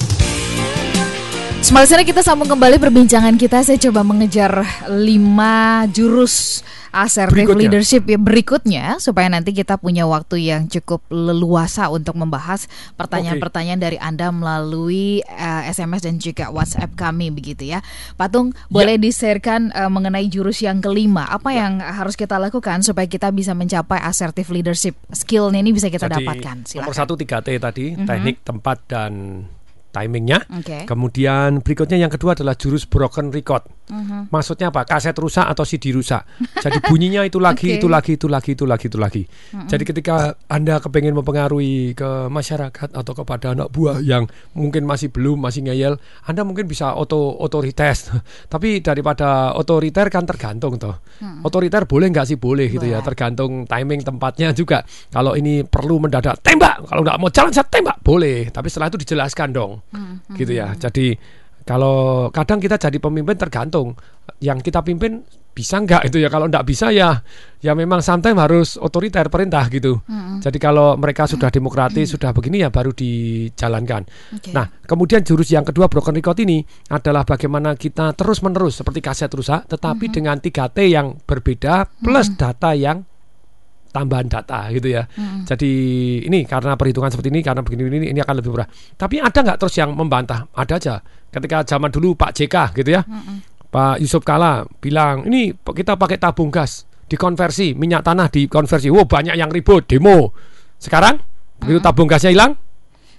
Smart Listener, kita sambung kembali perbincangan kita. Saya coba mengejar 5 jurus assertive leadership ya berikutnya, supaya nanti kita punya waktu yang cukup leluasa untuk membahas pertanyaan-pertanyaan dari Anda melalui SMS dan juga WhatsApp kami, begitu ya. Pak Tung, boleh di-sharekan mengenai jurus yang kelima, apa yang harus kita lakukan supaya kita bisa mencapai assertive leadership? Skill-nya ini bisa kita dapatkan. Silakan. Nomor 1 3T tadi, teknik, tempat, dan timingnya. Kemudian berikutnya yang kedua adalah jurus broken record. Maksudnya apa? Kaset rusak atau CD rusak. Jadi bunyinya itu lagi, itu lagi. Jadi ketika Anda kepengen mempengaruhi ke masyarakat atau kepada anak buah yang mungkin masih ngeyel, Anda mungkin bisa otoritas. Tapi daripada otoriter kan tergantung toh. Otoriter boleh nggak sih? Boleh gitu ya. Tergantung timing tempatnya juga. Kalau ini perlu mendadak tembak, kalau nggak mau jalan saya tembak, boleh. Tapi setelah itu dijelaskan dong. Gitu ya. Jadi kalau kadang kita jadi pemimpin tergantung yang kita pimpin bisa nggak itu ya. Kalau nggak bisa ya memang sometimes harus otoriter, perintah gitu. Jadi kalau mereka sudah demokratis, sudah begini ya baru dijalankan. Nah kemudian jurus yang kedua broken record ini adalah bagaimana kita terus menerus seperti kaset rusak, tetapi dengan 3T yang berbeda plus data yang tambahan data gitu ya. Jadi ini karena perhitungan seperti ini, karena begini ini akan lebih murah. Tapi ada nggak terus yang membantah? Ada aja. Ketika zaman dulu Pak JK gitu ya, Pak Yusuf Kala bilang ini kita pakai tabung gas dikonversi, minyak tanah dikonversi. Wow banyak yang ribut demo. Sekarang begitu tabung gasnya hilang,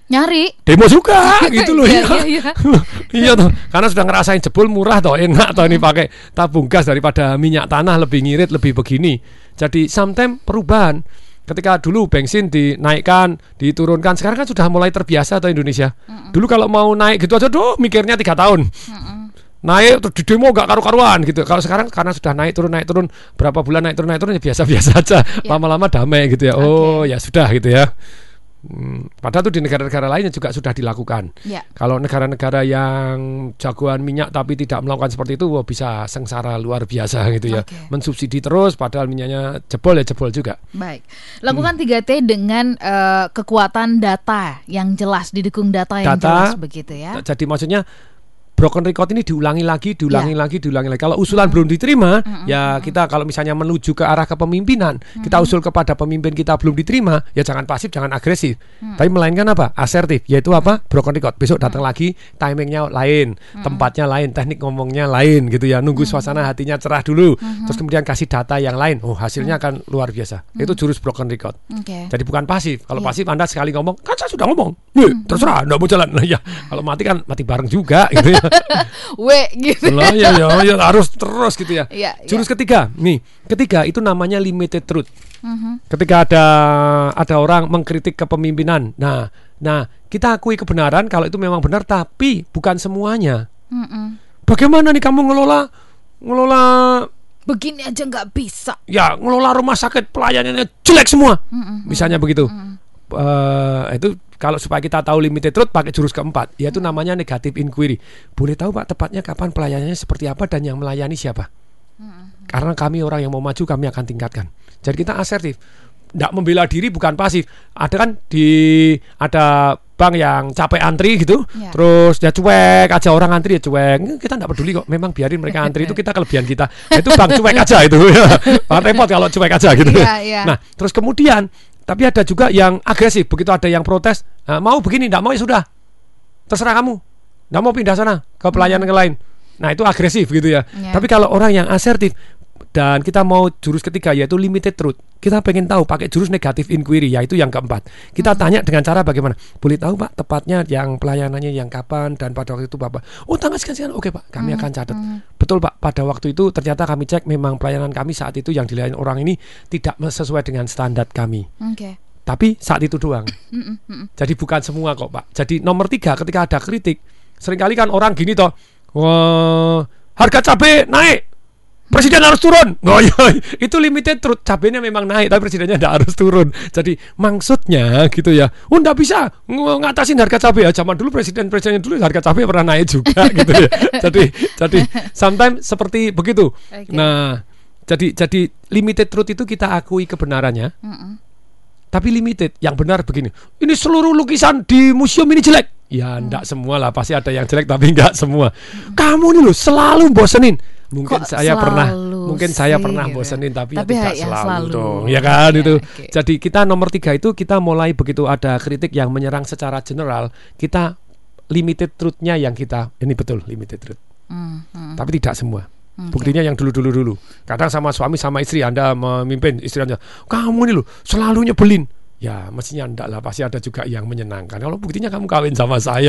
Nyari. Demo juga gitu loh. Iya, ya. iya. Iya toh, karena sudah ngerasain jebol murah toh, enak toh ini pakai tabung gas daripada minyak tanah, lebih ngirit, lebih begini. Jadi sometimes perubahan. Ketika dulu bensin dinaikkan, diturunkan, sekarang kan sudah mulai terbiasa toh Indonesia. Dulu kalau mau naik gitu aja mikirnya 3 tahun. Naik terus di demo gak karu-karuan gitu. Kalau sekarang karena sudah naik turun berapa bulan naik turun ya biasa-biasa aja. Lama-lama damai gitu ya. Oh ya sudah gitu ya. Padahal tuh di negara-negara lainnya juga sudah dilakukan. Kalau negara-negara yang jagoan minyak tapi tidak melakukan seperti itu, bisa sengsara luar biasa gitu ya. Mensubsidi terus padahal minyaknya jebol juga. Baik. Lakukan 3T dengan kekuatan data yang jelas, didukung data yang jelas begitu ya. Jadi maksudnya broken record ini diulangi lagi. Kalau usulan belum diterima, ya kita kalau misalnya menuju ke arah kepemimpinan, kita usul kepada pemimpin kita belum diterima, ya jangan pasif, jangan agresif. Tapi melainkan apa? Asertif, yaitu apa? Broken record. Besok datang lagi, timingnya lain, tempatnya lain, teknik ngomongnya lain gitu ya. Nunggu suasana hatinya cerah dulu, terus kemudian kasih data yang lain. Oh, hasilnya akan luar biasa. Itu jurus broken record. Jadi bukan pasif. Kalau pasif Anda sekali ngomong, kan saya sudah ngomong. Terserah, Anda mau jalan. Ya, kalau mati kan mati bareng juga gitu ya. Gitu. Ya harus terus gitu ya. Jurus ketiga itu namanya limited truth. Ketika ada orang mengkritik kepemimpinan, nah kita akui kebenaran kalau itu memang benar, tapi bukan semuanya. Bagaimana nih kamu ngelola begini aja nggak bisa? Ya ngelola rumah sakit pelayanannya jelek semua, misalnya begitu. Itu kalau supaya kita tahu limited truth pakai jurus keempat, yaitu namanya negative inquiry. Boleh tahu Pak tepatnya kapan pelayanannya seperti apa dan yang melayani siapa? Karena kami orang yang mau maju, kami akan tingkatkan. Jadi kita asertif, tidak membela diri, bukan pasif. Ada kan ada bank yang capek antri gitu, terus dia cuek aja, orang antri ya cuek. Kita tidak peduli kok, memang biarin mereka antri, itu kita kelebihan kita. Nah, itu bank cuek aja itu. Bank repot kalau cuek aja gitu. Nah terus kemudian tapi ada juga yang agresif. Begitu ada yang protes, mau begini, tidak mau ya sudah, terserah kamu, tidak mau pindah sana ke pelayanan lain. Nah itu agresif gitu ya. Tapi kalau orang yang asertif, dan kita mau jurus ketiga yaitu limited truth, kita pengen tahu pakai jurus negative inquiry, yaitu yang keempat. Kita tanya dengan cara bagaimana? Boleh tahu Pak tepatnya yang pelayanannya yang kapan dan pada waktu itu Bapak? Oh tanggal sekian. Oke Pak, kami akan catat. Betul Pak, pada waktu itu ternyata kami cek memang pelayanan kami saat itu yang dilayani orang ini tidak sesuai dengan standar kami. Tapi saat itu doang. Jadi bukan semua kok Pak. Jadi nomor 3, ketika ada kritik, seringkali kan orang gini toh, harga cabai naik, presiden harus turun. Oh iya, itu limited truth. Cabenya memang naik tapi presidennya tidak harus turun. Jadi maksudnya gitu ya. Oh enggak bisa ngatasin harga cabai ya. Zaman dulu presiden dulu harga cabai pernah naik juga gitu ya. Jadi sometimes seperti begitu. Nah, jadi limited truth itu kita akui kebenarannya. Tapi limited, yang benar begini. Ini seluruh lukisan di museum ini jelek. Ya enggak semua lah, pasti ada yang jelek tapi enggak semua. Kamu nih loh selalu bosenin. Mungkin saya pernah bosenin tapi ya tidak selalu dong. Ya kan itu. Jadi kita nomor 3 itu kita mulai begitu ada kritik yang menyerang secara general, kita limited truth-nya yang kita ini betul limited truth. Tapi tidak semua. Buktinya yang dulu. Kadang sama suami sama istri, Anda memimpin istri Anda, kamu ini loh selalu nyebelin. Ya mestinya enggak lah, pasti ada juga yang menyenangkan. Kalau buktinya kamu kawin sama saya.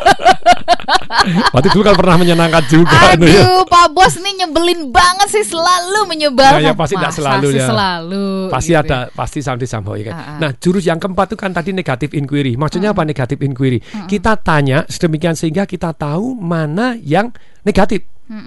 Waktu dulu kan pernah menyenangkan juga. Aduh Pak Bos nih nyebelin banget sih, selalu menyebalkan. Ya pasti tidak selalu ya. Pasti gitu ada, pasti somehow ya kan. Nah jurus yang keempat itu kan tadi negative inquiry. Maksudnya apa negative inquiry? Kita tanya sedemikian sehingga kita tahu mana yang negatif.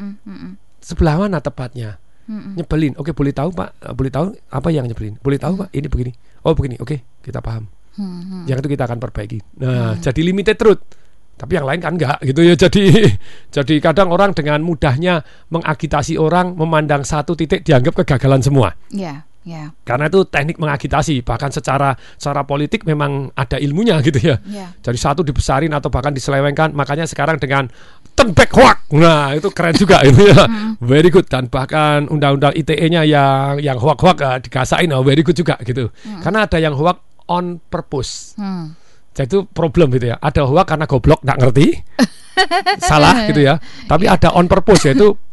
Sebelah mana tepatnya? Nyebelin. Oke, boleh tahu Pak? Boleh tahu apa yang nyebelin? Boleh tahu Pak? Ini begini. Oh begini. Oke, kita paham. Yang itu kita akan perbaiki. Nah, jadi limited truth. Tapi yang lain kan enggak gitu ya. Jadi kadang orang dengan mudahnya mengagitasi orang, memandang satu titik dianggap kegagalan semua. Karena itu teknik mengagitasi, bahkan secara politik memang ada ilmunya gitu ya. Jadi satu dibesarin atau bahkan diselewengkan. Makanya sekarang dengan turn back hoax, nah itu keren juga itu ya. Very good. Dan bahkan undang-undang ITE-nya yang hoax dikasain, very good juga gitu. Karena ada yang hoax on purpose. Jadi itu problem gitu ya. Ada hoax karena goblok nggak ngerti, salah gitu ya. Tapi ada on purpose, yaitu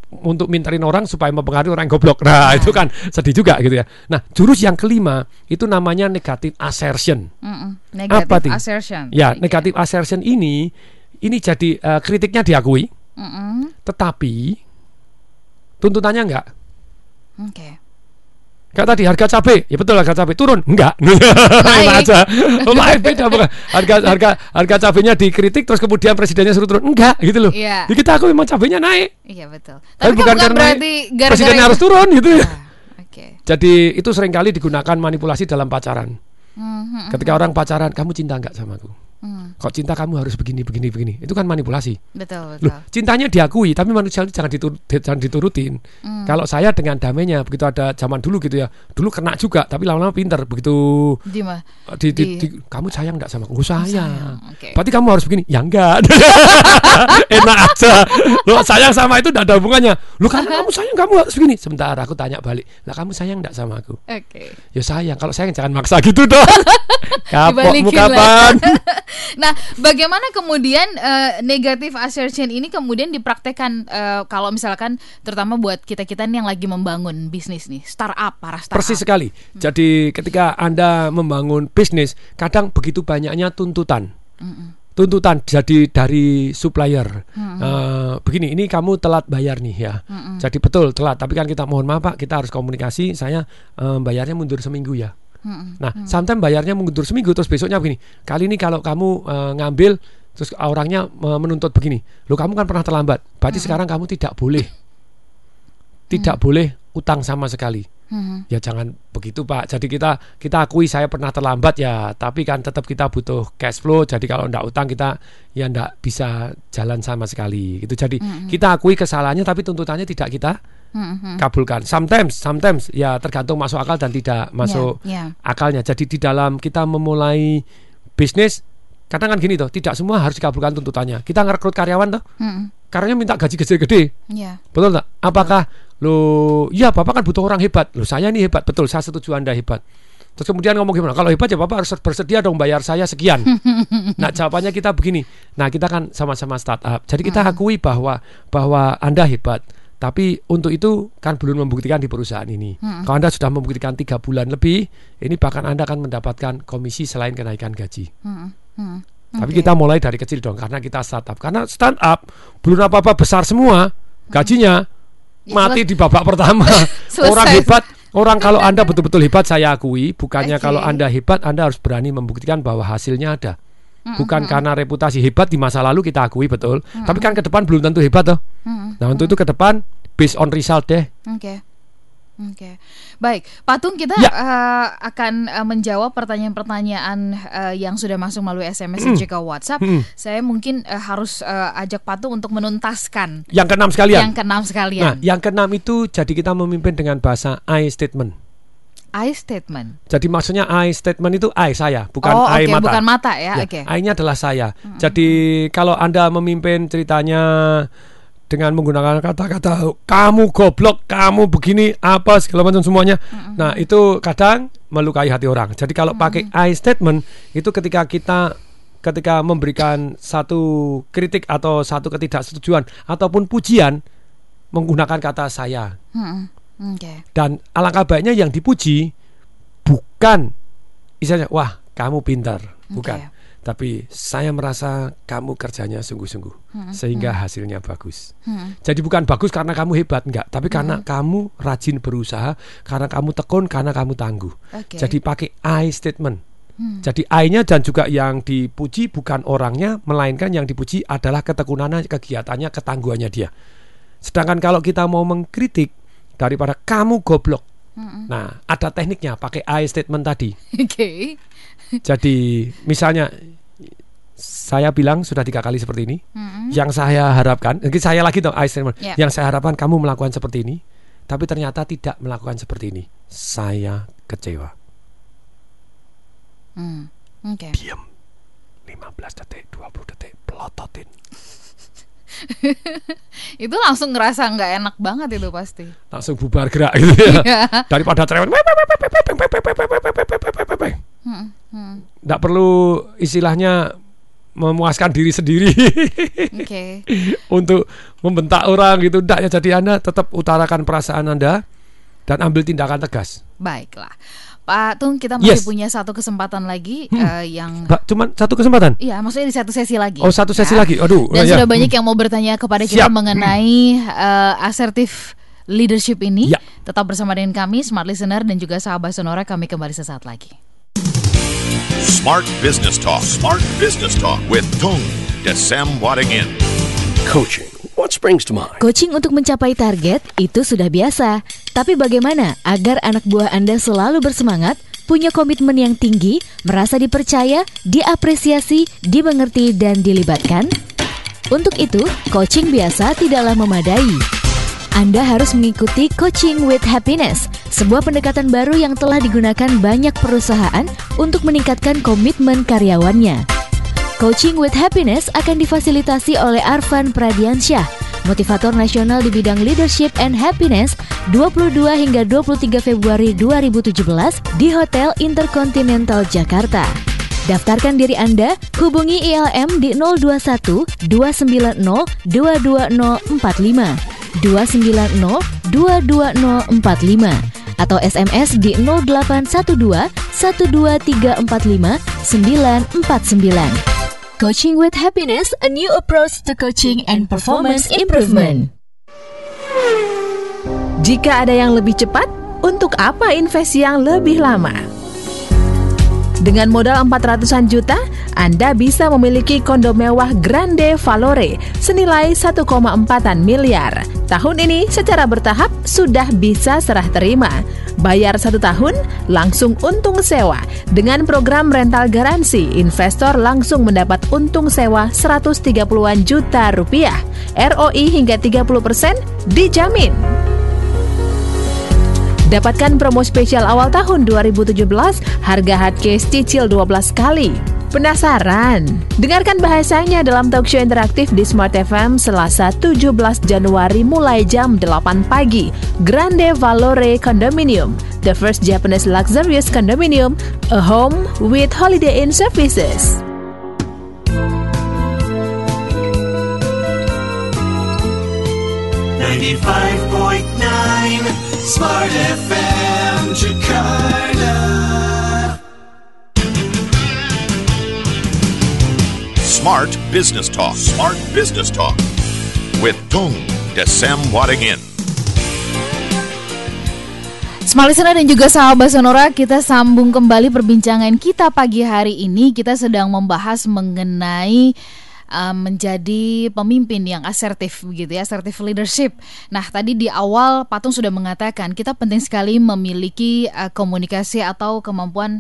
untuk minterin orang supaya mempengaruhi orang yang goblok. Nah, itu kan sedih juga gitu ya. Nah, jurus yang kelima itu namanya negative assertion. Negative assertion. Ya, negative assertion ini jadi kritiknya diakui, tetapi tuntutannya enggak. Oke. Kayak tadi harga cabai, ya betul harga cabai turun, enggak, naik aja, naik beda bukan. Harga cabainya dikritik terus kemudian presidennya suruh turun, enggak gitu loh. Iya. Jadi kita akui memang cabainya naik. Iya betul. Tapi bukan karena berarti presidennya harus turun gitu ya. Oke. Jadi itu seringkali digunakan manipulasi dalam pacaran. Ketika orang pacaran, kamu cinta enggak sama aku? Kok cinta kamu harus begini. Itu kan manipulasi. Betul. Loh, cintanya diakui, tapi manusia itu jangan diturutin. Kalau saya dengan damainya, begitu ada zaman dulu gitu ya, dulu kena juga, tapi lama-lama pinter. Begitu kamu sayang enggak sama aku? Sayang. Okay. Berarti kamu harus begini? Ya enggak. Enak aja. Loh, sayang sama itu enggak ada hubungannya. Loh, karena kamu sayang kamu harus begini. Sebentar, aku tanya balik. Lah, kamu sayang enggak sama aku? Oke. Ya sayang. Kalau sayang jangan maksa gitu dong. Kapokmu kapan? Nah, bagaimana kemudian negative assertion ini kemudian dipraktekkan kalau misalkan terutama buat kita-kita yang lagi membangun bisnis nih, para startup. Persis sekali. Jadi ketika Anda membangun bisnis, kadang begitu banyaknya tuntutan. Tuntutan jadi dari supplier. Begini, ini kamu telat bayar nih ya. Jadi betul telat, tapi kan kita mohon maaf Pak, kita harus komunikasi. Saya bayarnya mundur seminggu ya. Nah, sometimes bayarnya mundur seminggu terus besoknya begini. Kali ini kalau kamu ngambil terus orangnya menuntut begini. Loh, kamu kan pernah terlambat. Berarti sekarang kamu tidak boleh utang sama sekali. Ya jangan begitu Pak. Jadi kita akui saya pernah terlambat ya, tapi kan tetap kita butuh cash flow. Jadi kalau enggak utang kita ya enggak bisa jalan sama sekali. Gitu. Jadi kita akui kesalahannya, tapi tuntutannya tidak kita kabulkan. Sometimes ya tergantung masuk akal dan tidak masuk akalnya. Jadi di dalam kita memulai bisnis, kadang kan gini toh, tidak semua harus dikabulkan tuntutannya. Kita ngerekrut karyawan toh, karyanya minta gaji gede-gede, betul tak? Apakah lo, ya Bapak kan butuh orang hebat. Lo, saya ini hebat, betul, saya setuju Anda hebat. Terus kemudian ngomong gimana? Kalau hebat ya Bapak harus bersedia dong bayar saya sekian. Nah, jawabannya kita begini. Nah, kita kan sama-sama startup. Jadi kita akui bahwa Anda hebat. Tapi untuk itu kan belum membuktikan di perusahaan ini. Kalau Anda sudah membuktikan 3 bulan lebih, ini bahkan Anda akan mendapatkan komisi selain kenaikan gaji. Tapi kita mulai dari kecil dong, karena kita startup. Karena startup belum apa-apa besar semua, gajinya mati di babak pertama. Orang hebat, orang kalau Anda betul-betul hebat saya akui. Bukannya kalau Anda hebat, Anda harus berani membuktikan bahwa hasilnya ada. Bukan karena reputasi hebat di masa lalu kita akui betul, tapi kan ke depan belum tentu hebat toh. Nah, untuk itu ke depan based on result deh. Oke. Baik, Pak Tung, kita akan menjawab pertanyaan-pertanyaan yang sudah masuk melalui SMS dan juga WhatsApp. Saya mungkin harus ajak Pak Tung untuk menuntaskan yang keenam sekalian. Nah, yang keenam itu jadi kita memimpin dengan bahasa I statement. I statement. Jadi maksudnya I statement itu I saya, bukan I mata. Bukan mata ya. I-nya adalah saya. Jadi kalau Anda memimpin ceritanya dengan menggunakan kata-kata kamu goblok, kamu begini, apa segala macam semuanya. Nah, itu kadang melukai hati orang. Jadi kalau pakai I statement itu ketika memberikan satu kritik atau satu ketidaksetujuan ataupun pujian menggunakan kata saya. Dan alangkah baiknya yang dipuji bukan misalnya wah kamu pintar, bukan. Tapi saya merasa kamu kerjanya sungguh-sungguh sehingga hasilnya bagus. Jadi bukan bagus karena kamu hebat, enggak, tapi karena kamu rajin berusaha, karena kamu tekun, karena kamu tangguh. Jadi pakai I statement. Jadi I-nya dan juga yang dipuji bukan orangnya, melainkan yang dipuji adalah ketekunannya, kegiatannya, ketangguhannya dia. Sedangkan kalau kita mau mengkritik daripada kamu goblok, nah ada tekniknya pakai I statement tadi. Jadi misalnya saya bilang sudah 3 kali seperti ini, yang saya harapkan, saya lagi dong I statement, yang saya harapkan kamu melakukan seperti ini, tapi ternyata tidak melakukan seperti ini, saya kecewa. Diam 15 detik, 20 detik, pelototin. Itu langsung ngerasa nggak enak banget itu pasti. Langsung bubar gerak gitu ya. Daripada cerewet. Nggak perlu istilahnya memuaskan diri sendiri. Untuk membentak orang gitu. Enggak ya, jadi Anda tetap utarakan perasaan Anda dan ambil tindakan tegas. Baiklah. Pak Tung, kita masih punya satu kesempatan lagi yang cuma satu kesempatan? Iya, maksudnya di satu sesi lagi. Oh, satu sesi lagi. Aduh. Dan sudah banyak yang mau bertanya kepada kita mengenai assertive leadership ini. Tetap bersama dengan kami, Smart Listener dan juga sahabat Sonora. Kami kembali sesaat lagi. Smart Business Talk. Smart Business Talk with Tung Desem Wadingin. Coaching. What springs to mind? Coaching untuk mencapai target itu sudah biasa. Tapi bagaimana agar anak buah Anda selalu bersemangat, punya komitmen yang tinggi, merasa dipercaya, diapresiasi, dimengerti, dan dilibatkan? Untuk itu, coaching biasa tidaklah memadai. Anda harus mengikuti Coaching with Happiness, sebuah pendekatan baru yang telah digunakan banyak perusahaan untuk meningkatkan komitmen karyawannya. Coaching with Happiness akan difasilitasi oleh Arfan Pradiansyah, motivator nasional di bidang leadership and happiness, 22 hingga 23 Februari 2017 di Hotel Intercontinental Jakarta. Daftarkan diri Anda, hubungi ILM di 021 290 22045, 290 22045, atau SMS di 0812 12345 949. Coaching with Happiness, a new approach to coaching and performance improvement. Jika ada yang lebih cepat, untuk apa investasi yang lebih lama? Dengan modal 400-an juta, Anda bisa memiliki kondo mewah Grande Valore senilai 1,4 miliar. Tahun ini secara bertahap sudah bisa serah terima. Bayar 1 tahun, langsung untung sewa. Dengan program rental garansi, investor langsung mendapat untung sewa 130-an juta rupiah. ROI hingga 30% dijamin. Dapatkan promo spesial awal tahun 2017, harga hard case cicil 12 kali. Penasaran? Dengarkan bahasanya dalam talkshow interaktif di Smart FM Selasa 17 Januari mulai jam 8 pagi. Grande Valore Condominium, the first Japanese luxurious condominium, a home with Holiday Inn services. Smart FM Jakarta. Smart Business Talk. Smart Business Talk with Tung Desem Wadingin. Smart Listener dan juga sahabat Sonora, kita sambung kembali perbincangan kita pagi hari ini. Kita sedang membahas mengenai menjadi pemimpin yang asertif begitu ya, assertive leadership. Nah, tadi di awal Patung sudah mengatakan kita penting sekali memiliki komunikasi atau kemampuan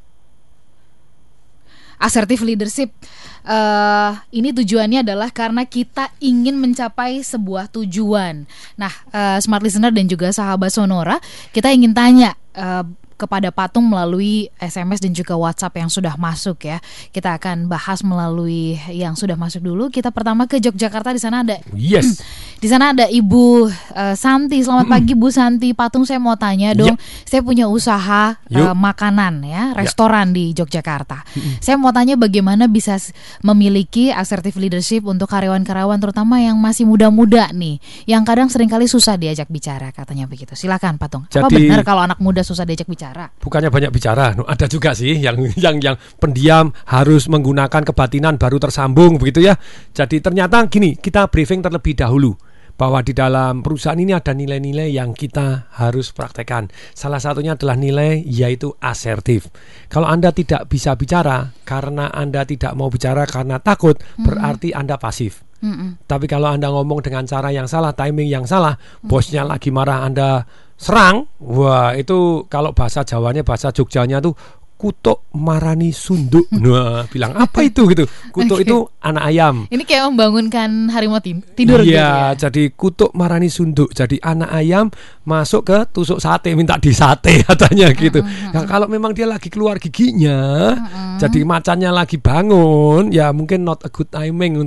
assertive leadership. Ini tujuannya adalah karena kita ingin mencapai sebuah tujuan. Nah, Smart Listener dan juga sahabat Sonora, kita ingin tanya kepada Patung melalui SMS dan juga WhatsApp yang sudah masuk ya. Kita akan bahas melalui yang sudah masuk dulu. Kita pertama ke Yogyakarta, di sana ada di sana ada Ibu Santi. Selamat pagi Bu Santi. Patung, saya mau tanya dong. Saya punya usaha makanan ya, restoran di Yogyakarta. Saya mau tanya bagaimana bisa memiliki assertive leadership untuk karyawan-karyawan terutama yang masih muda-muda nih, yang kadang seringkali susah diajak bicara katanya begitu. Silakan Patung. Apa benar kalau anak muda susah diajak bicara? Bukannya banyak bicara, ada juga sih yang pendiam, harus menggunakan kebatinan baru tersambung begitu ya. Jadi ternyata gini, kita briefing terlebih dahulu bahwa di dalam perusahaan ini ada nilai-nilai yang kita harus praktekkan. Salah satunya adalah nilai yaitu asertif. Kalau Anda tidak bisa bicara karena Anda tidak mau bicara karena takut, berarti Anda pasif. Tapi kalau Anda ngomong dengan cara yang salah, timing yang salah, bosnya lagi marah, Anda serang, wah itu kalau bahasa Jawanya, bahasa Jogjanya tuh kutuk marani sunduk. Nah, bilang apa itu gitu? Kutuk itu anak ayam. Ini kayak membangunkan harimau tidur gitu ya. Jadi kutuk marani sunduk. Jadi anak ayam masuk ke tusuk sate, minta disate katanya gitu. Nah, kalau memang dia lagi keluar giginya, jadi macannya lagi bangun, ya mungkin not a good timing untuk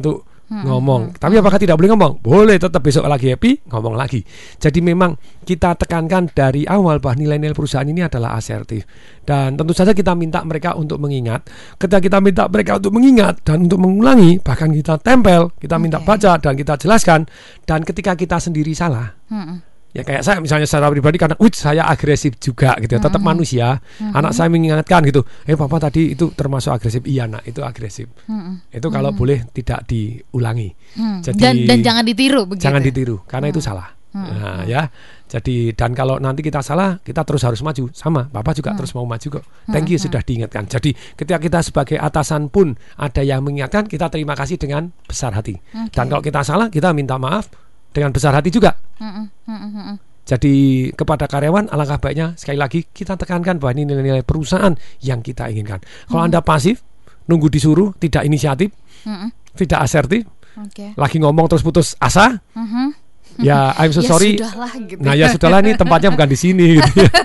ngomong. Tapi apakah tidak boleh ngomong? Boleh, tetap besok lagi happy, ngomong lagi. Jadi memang kita tekankan dari awal bahwa nilai-nilai perusahaan ini adalah asertif. Dan tentu saja kita minta mereka untuk mengingat. Ketika kita minta mereka untuk mengingat dan untuk mengulangi, bahkan kita tempel, kita minta baca dan kita jelaskan. Dan ketika kita sendiri salah, ya kayak saya misalnya secara pribadi karena saya agresif juga gitu ya, tetap manusia. Anak saya mengingatkan gitu, papa tadi itu termasuk agresif. Iya nak, itu agresif. Itu kalau boleh tidak diulangi. Jadi dan jangan ditiru begitu. Jangan ditiru karena itu salah. Nah ya, jadi dan kalau nanti kita salah, kita terus harus maju. Sama, papa juga terus mau maju kok. Thank you sudah diingatkan. Jadi ketika kita sebagai atasan pun ada yang mengingatkan, kita terima kasih dengan besar hati. Dan kalau kita salah, kita minta maaf dengan besar hati juga. Jadi kepada karyawan alangkah baiknya sekali lagi kita tekankan bahwa ini nilai-nilai perusahaan yang kita inginkan. Kalau Anda pasif, nunggu disuruh, tidak inisiatif, tidak asertif, lagi ngomong terus putus asa, ya I'm so sorry. Sudahlah, gitu. Nah ya sudahlah, ini tempatnya bukan di sini. Gitu ya.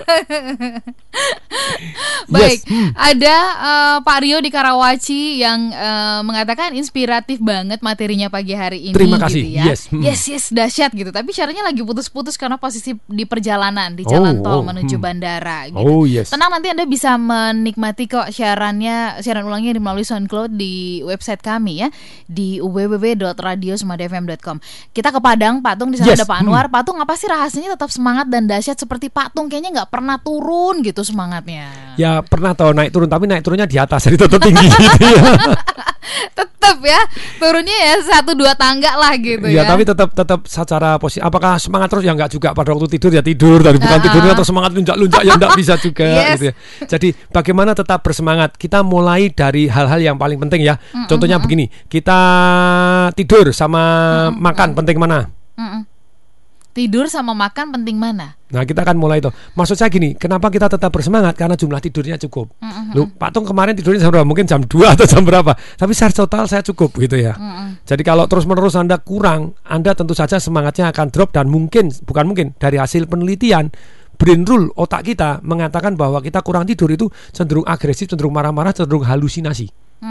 Baik, ada Pak Rio di Karawaci yang mengatakan inspiratif banget materinya pagi hari ini. Terima kasih. Gitu ya. Yes, dahsyat gitu. Tapi syaratnya lagi putus-putus karena posisi di perjalanan di jalan tol menuju bandara. Gitu. Tenang, nanti Anda bisa menikmati kok siaran ulangnya melalui SoundCloud di website kami ya, di www.radiosemadafm.com. Kita ke Padang, Pak Tung, di sana ada Pak Anwar. Pak Tung, apa sih rahasianya tetap semangat dan dahsyat seperti Pak Tung? Kayaknya nggak pernah turun gitu semangatnya. Ya pernah tahu naik turun, tapi naik turunnya di atas, jadi tetap tinggi gitu ya. Tetap ya, turunnya ya 1-2 tangga lah gitu ya. Ya tapi tetap secara positif. Apakah semangat terus? Ya enggak juga. Pada waktu tidur ya tidur, dari bukan tidurnya atau semangat lunjak-lunjak ya enggak bisa juga gitu ya. Jadi bagaimana tetap bersemangat? Kita mulai dari hal-hal yang paling penting ya. Contohnya begini, kita tidur sama makan penting mana? Tidur sama makan penting mana? Nah kita akan mulai itu. Maksud saya gini, kenapa kita tetap bersemangat? Karena jumlah tidurnya cukup. Loh, Pak Tung kemarin tidurnya jam berapa? Mungkin jam 2 atau jam berapa. Tapi secara total saya cukup gitu ya. Jadi kalau terus-menerus Anda kurang, Anda tentu saja semangatnya akan drop. Dan bukan mungkin, dari hasil penelitian, brain rule otak kita mengatakan bahwa kita kurang tidur itu cenderung agresif, cenderung marah-marah, cenderung halusinasi.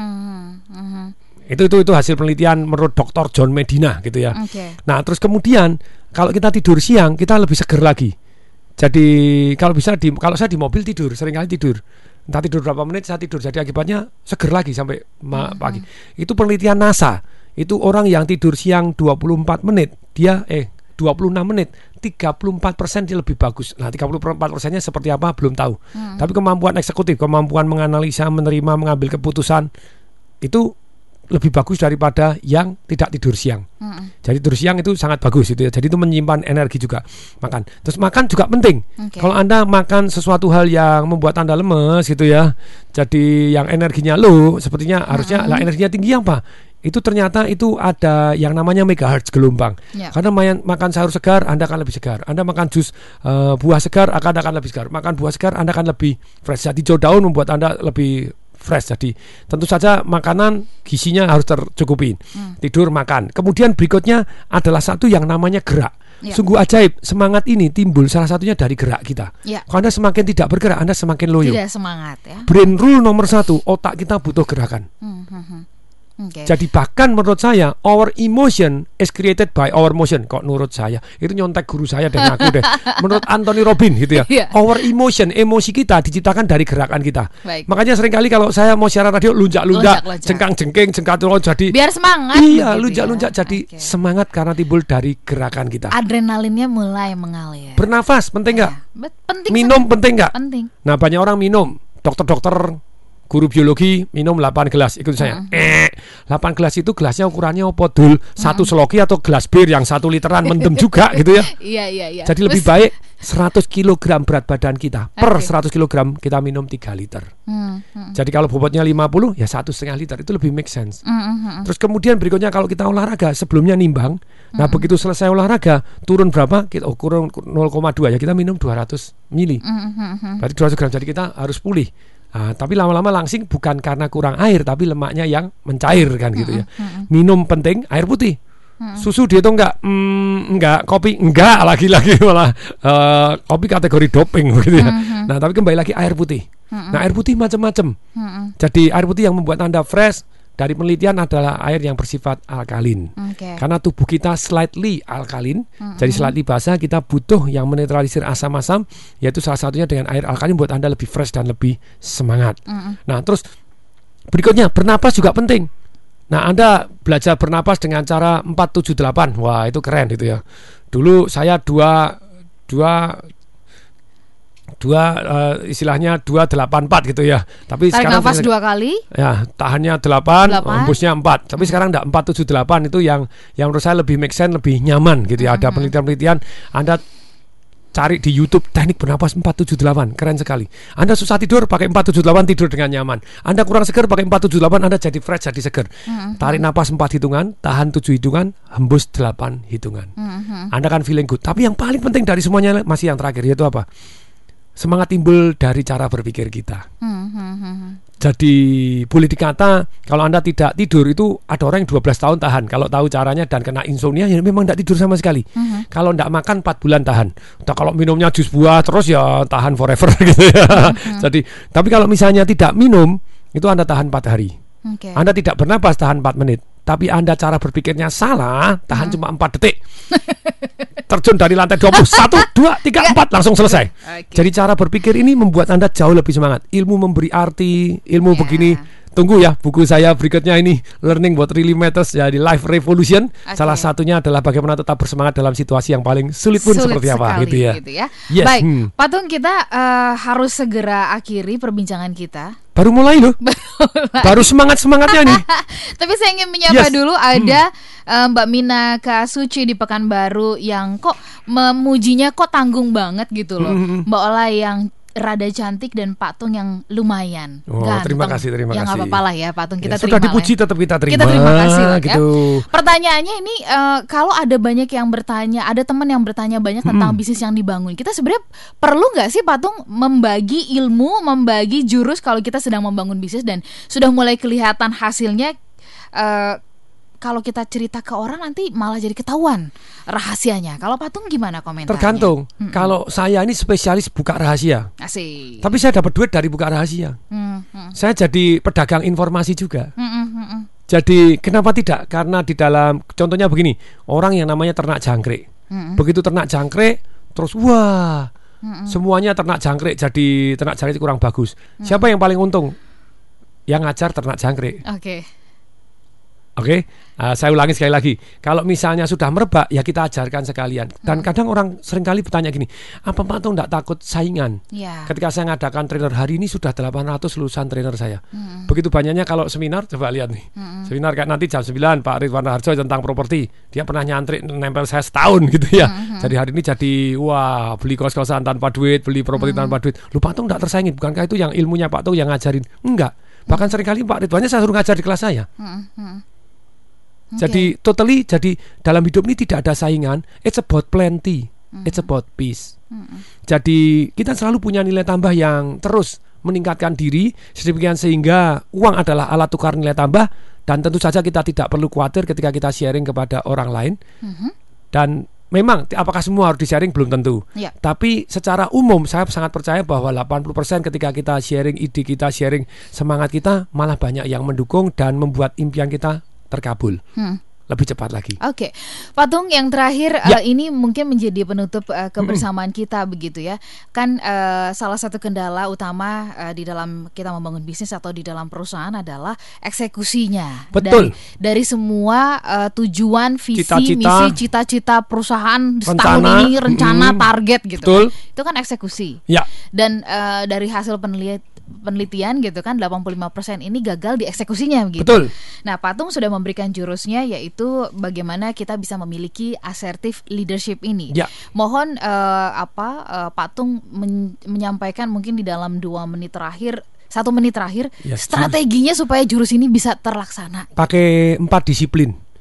Itu hasil penelitian menurut Dr. John Medina gitu ya. Nah terus kemudian kalau kita tidur siang kita lebih seger lagi. Jadi kalau kalau saya di mobil tidur, seringkali tidur. Entah tidur berapa menit saya tidur. Jadi akibatnya seger lagi sampai pagi. Itu penelitian NASA. Itu orang yang tidur siang 24 menit, dia 26 menit, 34% dia lebih bagus. Nah 34%-nya seperti apa belum tahu. Tapi kemampuan eksekutif, kemampuan menganalisa, menerima, mengambil keputusan itu lebih bagus daripada yang tidak tidur siang. Jadi tidur siang itu sangat bagus itu ya. Jadi itu menyimpan energi juga. Makan. Terus makan juga penting. Kalau Anda makan sesuatu hal yang membuat Anda lemes gitu ya. Jadi yang energinya low, sepertinya harusnya lah energinya tinggi apa? Itu ternyata itu ada yang namanya megahertz gelombang. Karena makan sayur segar Anda akan lebih segar. Anda makan jus buah segar akan lebih segar. Makan buah segar Anda akan lebih fresh. Jadi hijau daun membuat Anda lebih fresh. Jadi tentu saja makanan gizinya harus tercukupi. Tidur, makan. Kemudian berikutnya adalah satu yang namanya gerak. Sungguh ajaib, semangat ini timbul salah satunya dari gerak kita. Kalau Anda semakin tidak bergerak, Anda semakin loyo. Tidak semangat ya. Brain rule nomor 1, otak kita butuh gerakan. Jadi bahkan menurut saya our emotion is created by our motion. Kok menurut saya? Itu nyontek guru saya dan aku deh. Menurut Anthony Robbins gitu ya. Our emotion, emosi kita diciptakan dari gerakan kita. Makanya seringkali kalau saya mau siaran radio lunjak-lunjak, jengkang-jengking, jengkang-jengkang, jadi biar semangat. Iya, lunjak-lunjak jadi semangat karena timbul dari gerakan kita. Adrenalinnya mulai mengalir. Bernafas penting nggak? Penting. Minum penting nggak? Penting. Nah banyak orang minum. Dokter-dokter, guru biologi minum 8 gelas, ikut saya. 8 gelas itu gelasnya ukurannya apa dul? 1 seloki atau gelas bir yang 1 literan mendem juga gitu ya. Iya. Jadi lebih baik 100 kg berat badan kita per 100 kg kita minum 3 liter. Jadi kalau bobotnya 50 ya 1,5 liter, itu lebih make sense. Terus kemudian berikutnya kalau kita olahraga sebelumnya nimbang. Nah begitu selesai olahraga turun berapa? Kita ukur 0,2 ya, kita minum 200 mili. Berarti 200 gram, jadi kita harus pulih. Tapi lama-lama langsing bukan karena kurang air, tapi lemaknya yang mencair kan gitu ya. Minum penting, air putih. Susu dihitung enggak, kopi enggak, lagi-lagi malah kopi kategori doping gitu ya. Nah tapi kembali lagi air putih. Nah air putih macam-macam. Jadi air putih yang membuat Anda fresh, dari penelitian adalah air yang bersifat alkalin. Karena tubuh kita slightly alkalin, jadi slightly basah, kita butuh yang menetralisir asam-asam, yaitu salah satunya dengan air alkalin buat Anda lebih fresh dan lebih semangat. Nah, terus berikutnya bernapas juga penting. Nah, Anda belajar bernapas dengan cara 4-7-8. Wah, itu keren itu ya. Dulu saya istilahnya 2-8-4 gitu ya. Tapi tarik sekarang nafas 2 kali. Ya, tahannya 8, hembusnya 4. Tapi sekarang enggak 4-7-8, itu yang menurut saya lebih make sense, lebih nyaman gitu ya. Ada penelitian-penelitian, Anda cari di YouTube teknik bernapas 4-7-8, keren sekali. Anda susah tidur pakai 4-7-8, tidur dengan nyaman. Anda kurang seger pakai 4-7-8, Anda jadi fresh, jadi seger. Tarik napas 4 hitungan, tahan 7 hitungan, hembus 8 hitungan. Anda kan feeling good. Tapi yang paling penting dari semuanya masih yang terakhir, yaitu apa? Semangat timbul dari cara berpikir kita. Jadi boleh dikata kalau Anda tidak tidur itu ada orang yang 12 tahun tahan kalau tahu caranya dan kena insomnia ya memang tidak tidur sama sekali. Kalau tidak makan 4 bulan tahan. Nah, kalau minumnya jus buah terus ya tahan forever gitu ya. Jadi tapi kalau misalnya tidak minum itu Anda tahan 4 hari. Anda tidak bernapas tahan 4 menit. Tapi Anda cara berpikirnya salah, tahan cuma 4 detik. Terjun dari lantai 20, 1, 2, 3, 4 langsung selesai. Jadi cara berpikir ini membuat Anda jauh lebih semangat. Ilmu memberi arti, ilmu begini. Tunggu ya buku saya berikutnya ini, Learning What Really Matters, jadi Life Revolution. Salah satunya adalah bagaimana tetap bersemangat dalam situasi yang paling sulit pun seperti apa gitu ya. Yes. Baik, Patung, kita harus segera akhiri perbincangan kita. Baru mulai loh. Baru semangat-semangatnya nih. Tapi saya ingin menyapa dulu ada Mbak Mina Kasuci di Pekanbaru yang kok memujinya kok tanggung banget gitu loh. Mbak Ola yang rada cantik dan Pak Tung yang lumayan ganteng. Terima kasih. Ya nggak apa-apa lah ya Pak Tung, kita terima. Sudah dipuji tetap kita terima. Kita terima kasih lah gitu. Ya. Pertanyaannya ini kalau ada banyak yang bertanya, ada teman yang bertanya banyak tentang bisnis yang dibangun. Kita sebenarnya perlu nggak sih Pak Tung membagi ilmu, membagi jurus kalau kita sedang membangun bisnis dan sudah mulai kelihatan hasilnya? Kalau kita cerita ke orang nanti malah jadi ketahuan rahasianya. Kalau Patung gimana komentarnya? Tergantung. Kalau saya ini spesialis buka rahasia. Asik. Tapi saya dapat duit dari buka rahasia. Saya jadi pedagang informasi juga. Jadi kenapa tidak? Karena di dalam, contohnya begini, orang yang namanya ternak jangkrik. Begitu ternak jangkrik, terus wah, semuanya ternak jangkrik, jadi ternak jangkrik kurang bagus. Siapa yang paling untung? Yang ngajar ternak jangkrik. Oke, saya ulangi sekali lagi. Kalau misalnya sudah merebak, ya kita ajarkan sekalian. Dan kadang orang seringkali bertanya gini, apa Pak Tung tidak takut saingan? Ketika saya ngadakan trainer hari ini sudah 800 lulusan trainer saya. Begitu banyaknya kalau seminar, coba lihat nih. Seminar kayak nanti jam 9 Pak Ridwan Harjo tentang properti. Dia pernah nyantri nempel saya setahun gitu ya. Jadi hari ini jadi wah, beli kos-kosan tanpa duit, beli properti tanpa duit. Lu Pak Tung tidak tersaingin, bukankah itu yang ilmunya Pak Tung yang ngajarin? Enggak. Bahkan seringkali Pak Ridwannya saya suruh ngajar di kelas saya. Jadi totally, jadi dalam hidup ini tidak ada saingan. It's about plenty, it's about peace. Jadi kita selalu punya nilai tambah yang terus meningkatkan diri sedemikian sehingga uang adalah alat tukar nilai tambah. Dan tentu saja kita tidak perlu khawatir ketika kita sharing kepada orang lain. Dan memang apakah semua harus di-sharing belum tentu. Tapi secara umum saya sangat percaya bahwa 80% ketika kita sharing ide kita, sharing semangat kita, malah banyak yang mendukung dan membuat impian kita terkabul lebih cepat lagi. Oke, Patung, yang terakhir ini mungkin menjadi penutup kebersamaan kita begitu ya. Kan salah satu kendala utama di dalam kita membangun bisnis atau di dalam perusahaan adalah eksekusinya. Betul. Dari semua tujuan, visi, cita-cita, misi, cita-cita perusahaan setahun ini, rencana, target gitu. Betul. Kan. Itu kan eksekusi. Ya. Dan dari hasil penelitian gitu kan 85% ini gagal di eksekusinya gitu. Betul. Nah, Patung sudah memberikan jurusnya yaitu bagaimana kita bisa memiliki assertive leadership ini. Mohon Patung menyampaikan mungkin di dalam 1 menit terakhir strateginya supaya jurus ini bisa terlaksana. Pakai 4 disiplin.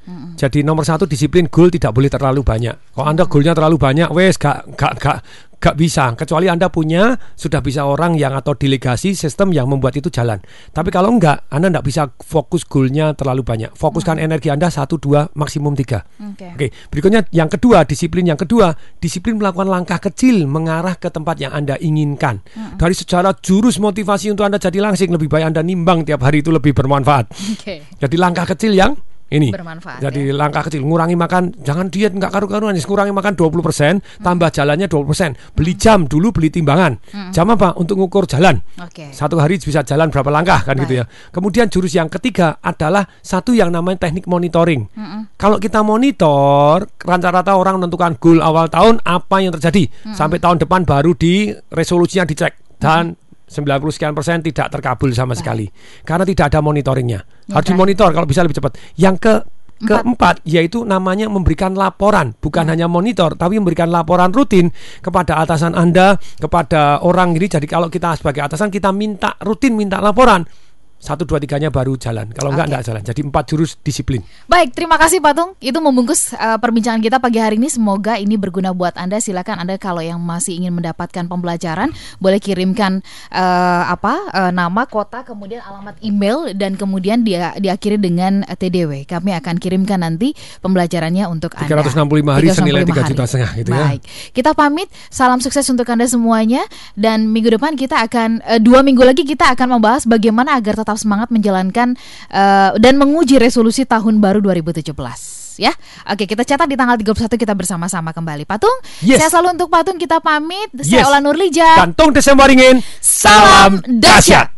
Jadi nomor 1 disiplin, goal tidak boleh terlalu banyak. Kalau Anda goalnya terlalu banyak, wes gak bisa. Kecuali Anda sudah bisa orang yang atau delegasi sistem yang membuat itu jalan. Tapi kalau enggak, Anda enggak bisa fokus goalnya terlalu banyak. Fokuskan energi Anda 1, 2, maksimum 3. Oke. Berikutnya yang kedua, disiplin melakukan langkah kecil mengarah ke tempat yang Anda inginkan. Dari secara jurus motivasi untuk Anda jadi langsing, lebih baik Anda nimbang tiap hari, itu lebih bermanfaat. Jadi langkah kecil yang ini bermanfaat. Jadi langkah kecil, ngurangi makan, jangan diet enggak karu-karuan, kurangi makan 20%, tambah jalannya 20%. Beli jam dulu, beli timbangan. Jam apa? Untuk ngukur jalan. Satu hari bisa jalan berapa langkah kan gitu ya. Kemudian jurus yang ketiga adalah satu yang namanya teknik monitoring. Kalau kita monitor, rata-rata orang menentukan goal awal tahun apa yang terjadi. Sampai tahun depan baru di resolusinya dicek dan 90 sekian % tidak terkabul sama sekali karena tidak ada monitoringnya. Harus dimonitor kalau bisa lebih cepat. Yang keempat yaitu namanya memberikan laporan, bukan hanya monitor tapi memberikan laporan rutin kepada atasan Anda, kepada orang ini. Jadi kalau kita sebagai atasan kita minta laporan. 1, 2, 3-nya baru jalan. Kalau enggak jalan. Jadi 4 jurus disiplin. Baik, terima kasih Pak Tung. Itu membungkus perbincangan kita pagi hari ini. Semoga ini berguna buat Anda. Silakan Anda kalau yang masih ingin mendapatkan pembelajaran, boleh kirimkan nama, kota, kemudian alamat email, dan kemudian diakhiri dengan TDW. Kami akan kirimkan nanti pembelajarannya untuk Anda. 365 hari senilai 3,5 juta gitu ya. Baik, kita pamit. Salam sukses untuk Anda semuanya. Dan minggu depan kita akan 2 minggu lagi kita akan membahas bagaimana agar tetap semangat menjalankan dan menguji resolusi tahun baru 2017 ya. Oke, kita catat di tanggal 31 kita bersama-sama kembali. Patung, saya selalu untuk Patung kita pamit. Saya Ola Nurlija. Dan Tung Desem Waringin. Salam dahsyat.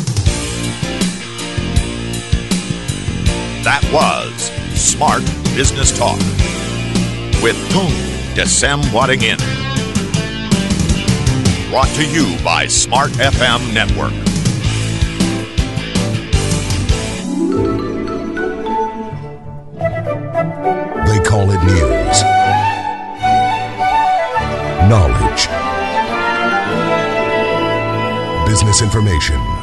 That was Smart Business Talk with Tung Desem Waringin. Brought to you by Smart FM Network. They call it news, knowledge, business information,